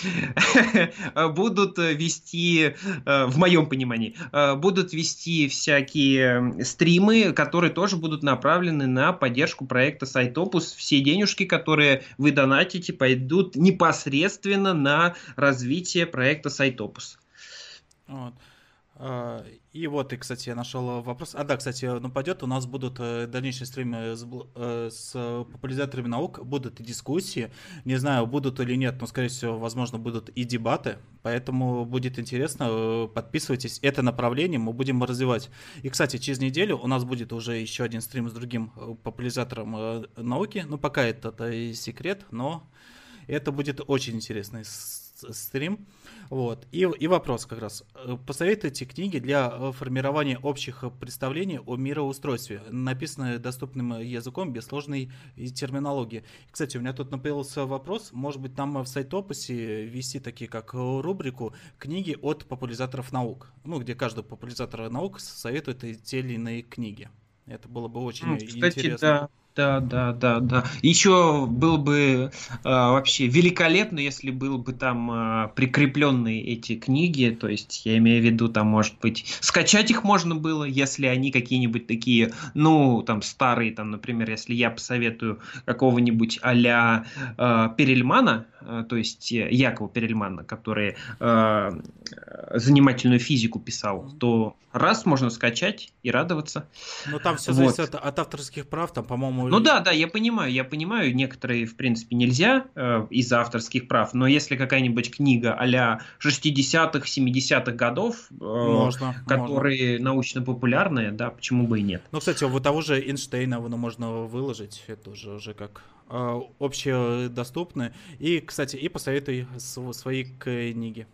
будут вести, э, в моем понимании, э, будут вести всякие стримы, которые тоже будут направлены на поддержку проекта Сайтопус. Все денежки, которые вы донатите, пойдут непосредственно на развитие проекта Сайтопус. Вот. А, И вот, и, кстати, я нашел вопрос. А, да, кстати, ну пойдет, у нас будут э, дальнейшие стримы с, бл- э, с популяризаторами наук, будут и дискуссии. Не знаю, будут или нет, но, скорее всего, возможно, будут и дебаты. Поэтому будет интересно, э, подписывайтесь. Это направление мы будем развивать. И, кстати, через неделю у нас будет уже еще один стрим с другим э, популяризатором э, науки. Ну, пока это, это и секрет, но это будет очень интересный с- стрим. Вот. И, и вопрос как раз. Э, Посоветуйте книги для э, формирования общих э, представлений о мироустройстве, написанные доступным языком, без сложной и терминологии. Кстати, у меня тут появился вопрос. Может быть, нам в Сайтопусе вести такие, как э, рубрику «Книги от популяризаторов наук», ну, где каждый популяризатор наук советует и те или иные книги. Это было бы очень М, Кстати, интересно. да, да, да, да, да. Еще было бы а, вообще великолепно, если был бы там а, прикрепленные эти книги. То есть, я имею в виду, там, может быть, скачать их можно было, если они какие-нибудь такие, ну, там, старые, там, например, если я посоветую какого-нибудь а-ля а, Перельмана, а, то есть э, Якова Перельмана, который а, занимательную физику писал, то раз можно скачать и радоваться. Но там все зависит Вот. от, от авторских прав, там, по-моему, Ну и- да, да, я понимаю, я понимаю, некоторые, в принципе, нельзя э, из-за авторских прав, но если какая-нибудь книга а-ля шестидесятых, семидесятых годов, э, можно, можно. которые научно-популярные, да, почему бы и нет. Ну, кстати, вот того же Эйнштейна ну, можно выложить, это уже, уже как э, общедоступно. И, кстати, и посоветуй св- свои книги.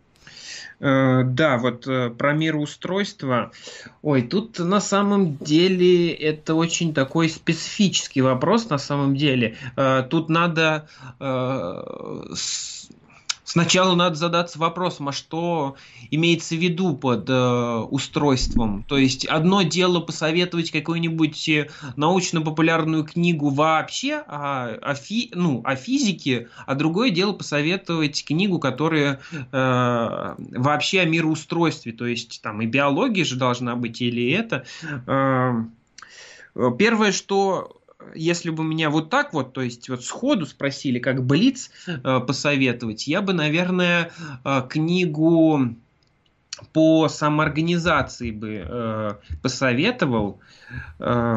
Э, да, вот э, про мироустройство. Ой, тут на самом деле это очень такой специфический вопрос на самом деле. Э, тут надо э, с- сначала надо задаться вопросом, а что имеется в виду под э, устройством? То есть одно дело посоветовать какую-нибудь э, научно-популярную книгу вообще о, о, фи- ну, о физике, а другое дело посоветовать книгу, которая э, вообще о мироустройстве, то есть там и биология же должна быть или это. Э, Первое, что если бы меня вот так вот, то есть вот сходу спросили, как Блиц э, посоветовать, я бы, наверное, э, книгу по самоорганизации бы э, посоветовал. Э,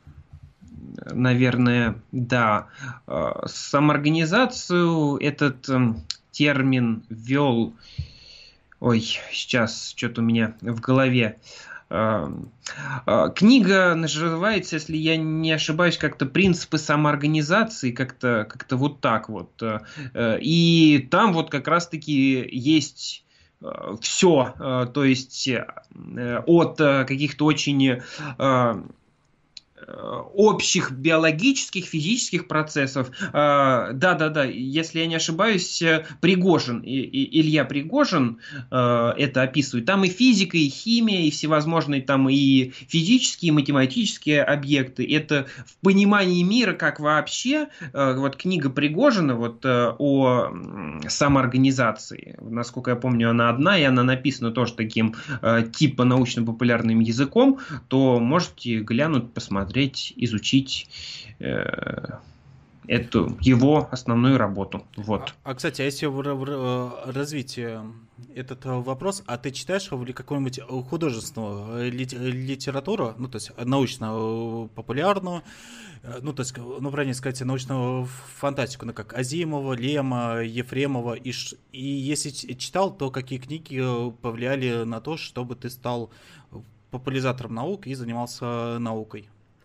наверное, да. Э, самоорганизацию этот э, термин ввел. Ой, сейчас что-то у меня в голове. Э, э, Книга называется, если я не ошибаюсь, как-то «Принципы самоорганизации», как-то как-то вот так вот. Э, э, И там вот как раз-таки есть все, то есть э, от э, каких-то очень э, общих биологических, физических процессов. А, Да-да-да, если я не ошибаюсь, э, Пригожин, и- и- Илья Пригожин э, это описывает. Там и физика, и химия, и всевозможные там и физические, и математические объекты. Это в понимании мира, как вообще. э, Вот книга Пригожина вот э, о м, самоорганизации, насколько я помню, она одна, и она написана тоже таким э, типа научно-популярным языком, то можете глянуть, посмотреть, изучить э, эту его основную работу. А, Вот. а, кстати, а если в- в- э, развить э, этот э, вопрос, а ты читаешь ли какую-нибудь э, художественную э, лит- э, литературу, ну, то есть э, научно-популярную, э, ну, то есть, э, ну, правильно сказать, научную фантастику, ну, как Азимова, Лема, Ефремова, и, ш- и если ч- читал, то какие книги э, повлияли на то, чтобы ты стал популяризатором наук и занимался наукой?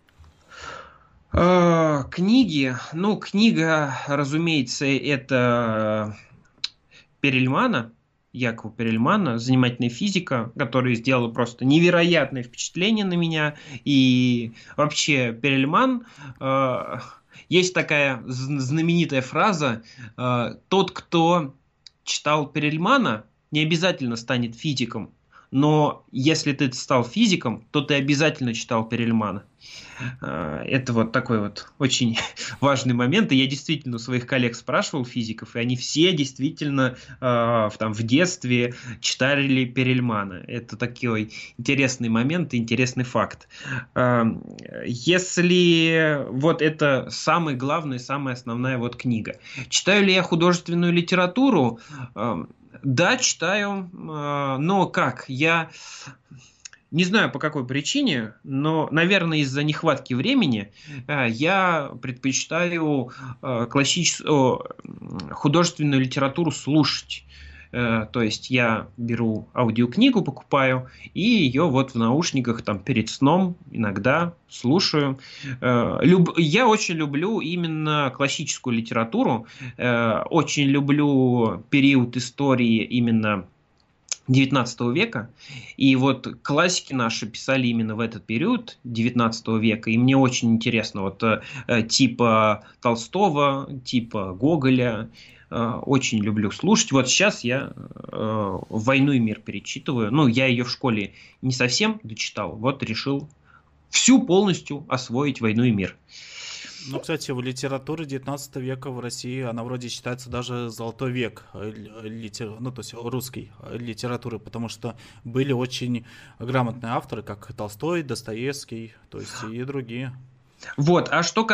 Э, Книги. Ну, книга, разумеется, это Перельмана, Якова Перельмана, занимательная физика, которая сделала просто невероятное впечатление на меня. И вообще Перельман, э, есть такая з- знаменитая фраза, э, тот, кто читал Перельмана, не обязательно станет физиком, но если ты стал физиком, то ты обязательно читал Перельмана. А, Это вот такой вот очень важный момент. И я действительно у своих коллег спрашивал физиков, и они все действительно а, в, там, в детстве читали Перельмана. Это такой интересный момент и интересный факт. А, Если вот это самая главная, самая основная вот книга. Читаю ли я художественную литературу? А, Да, читаю, а, но как? Я не знаю по какой причине, но, наверное, из-за нехватки времени э, я предпочитаю э, классическую э, художественную литературу слушать. Э, То есть я беру аудиокнигу, покупаю, и ее вот в наушниках там перед сном иногда слушаю. Э, люб- Я очень люблю именно классическую литературу, э, очень люблю период истории именно девятнадцатого века. И вот классики наши писали именно в этот период девятнадцатого века. И мне очень интересно, вот э, э, типа Толстого, типа Гоголя, э, очень люблю слушать. Вот сейчас я э, «Войну и мир» перечитываю. Ну, я ее в школе не совсем дочитал. Вот решил всю полностью освоить «Войну и мир». Ну, кстати, в литературе девятнадцатого века в России она вроде считается даже золотой век э, литер... ну, то есть русской э, литературы, потому что были очень грамотные авторы, как Толстой, Достоевский, то есть и другие. Вот, а что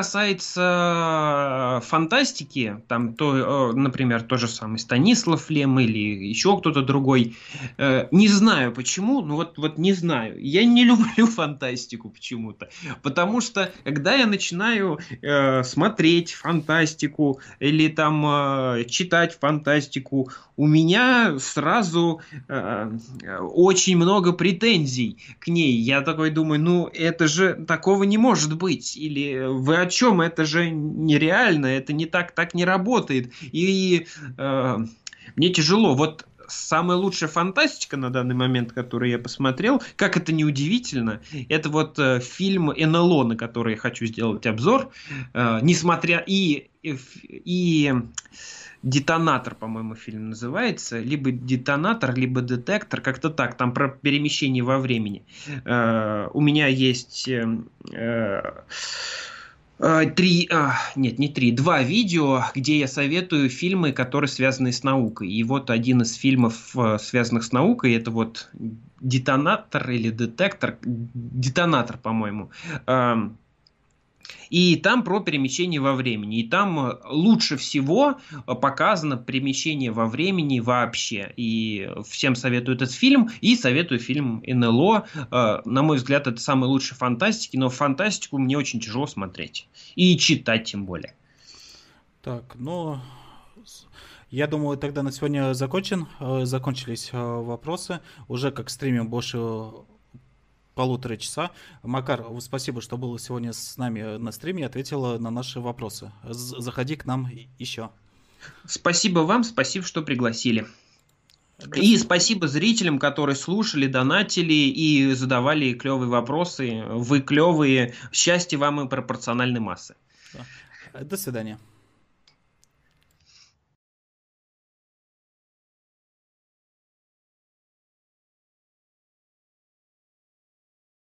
касается э, фантастики, там, то, э, например, тот же самый Станислав Лем или еще кто-то другой, э, не знаю почему, ну вот, вот не знаю. Я не люблю фантастику почему-то, потому что, когда я начинаю э, смотреть фантастику или там э, читать фантастику, у меня сразу э, очень много претензий к ней. Я такой думаю, ну это же такого не может быть. Или вы о чем? Это же нереально, это не так, так не работает. И э, мне тяжело. Вот самая лучшая фантастика на данный момент, которую я посмотрел, как это не удивительно, это вот э, фильм эн эл о, на который я хочу сделать обзор. Э, несмотря и, и, и Детонатор, по-моему, фильм называется. Либо детонатор, либо детектор. Как-то так. Там про перемещение во времени. Э, у меня есть э, э, три, а, нет, не три, два видео, где я советую фильмы, которые связаны с наукой. И вот один из фильмов, э, связанных с наукой, это вот детонатор или детектор. Детонатор, по-моему. Эм, и там про перемещение во времени. И там э, лучше всего э, показано перемещение во времени вообще. И всем советую этот фильм. И советую фильм эн эл о. Э, На мой взгляд, это самый лучший фантастики. Но фантастику мне очень тяжело смотреть. И читать тем более. Так, ну, с- я думаю, тогда на сегодня закончен. Э, Закончились э, вопросы. Уже как стримим больше полутора часа. Макар, спасибо, что был сегодня с нами на стриме и ответила на наши вопросы. Заходи к нам еще. Спасибо вам, спасибо, что пригласили. До и спасибо зрителям, которые слушали, донатили и задавали клевые вопросы. Вы клевые. Счастья вам и пропорциональной массы. До свидания.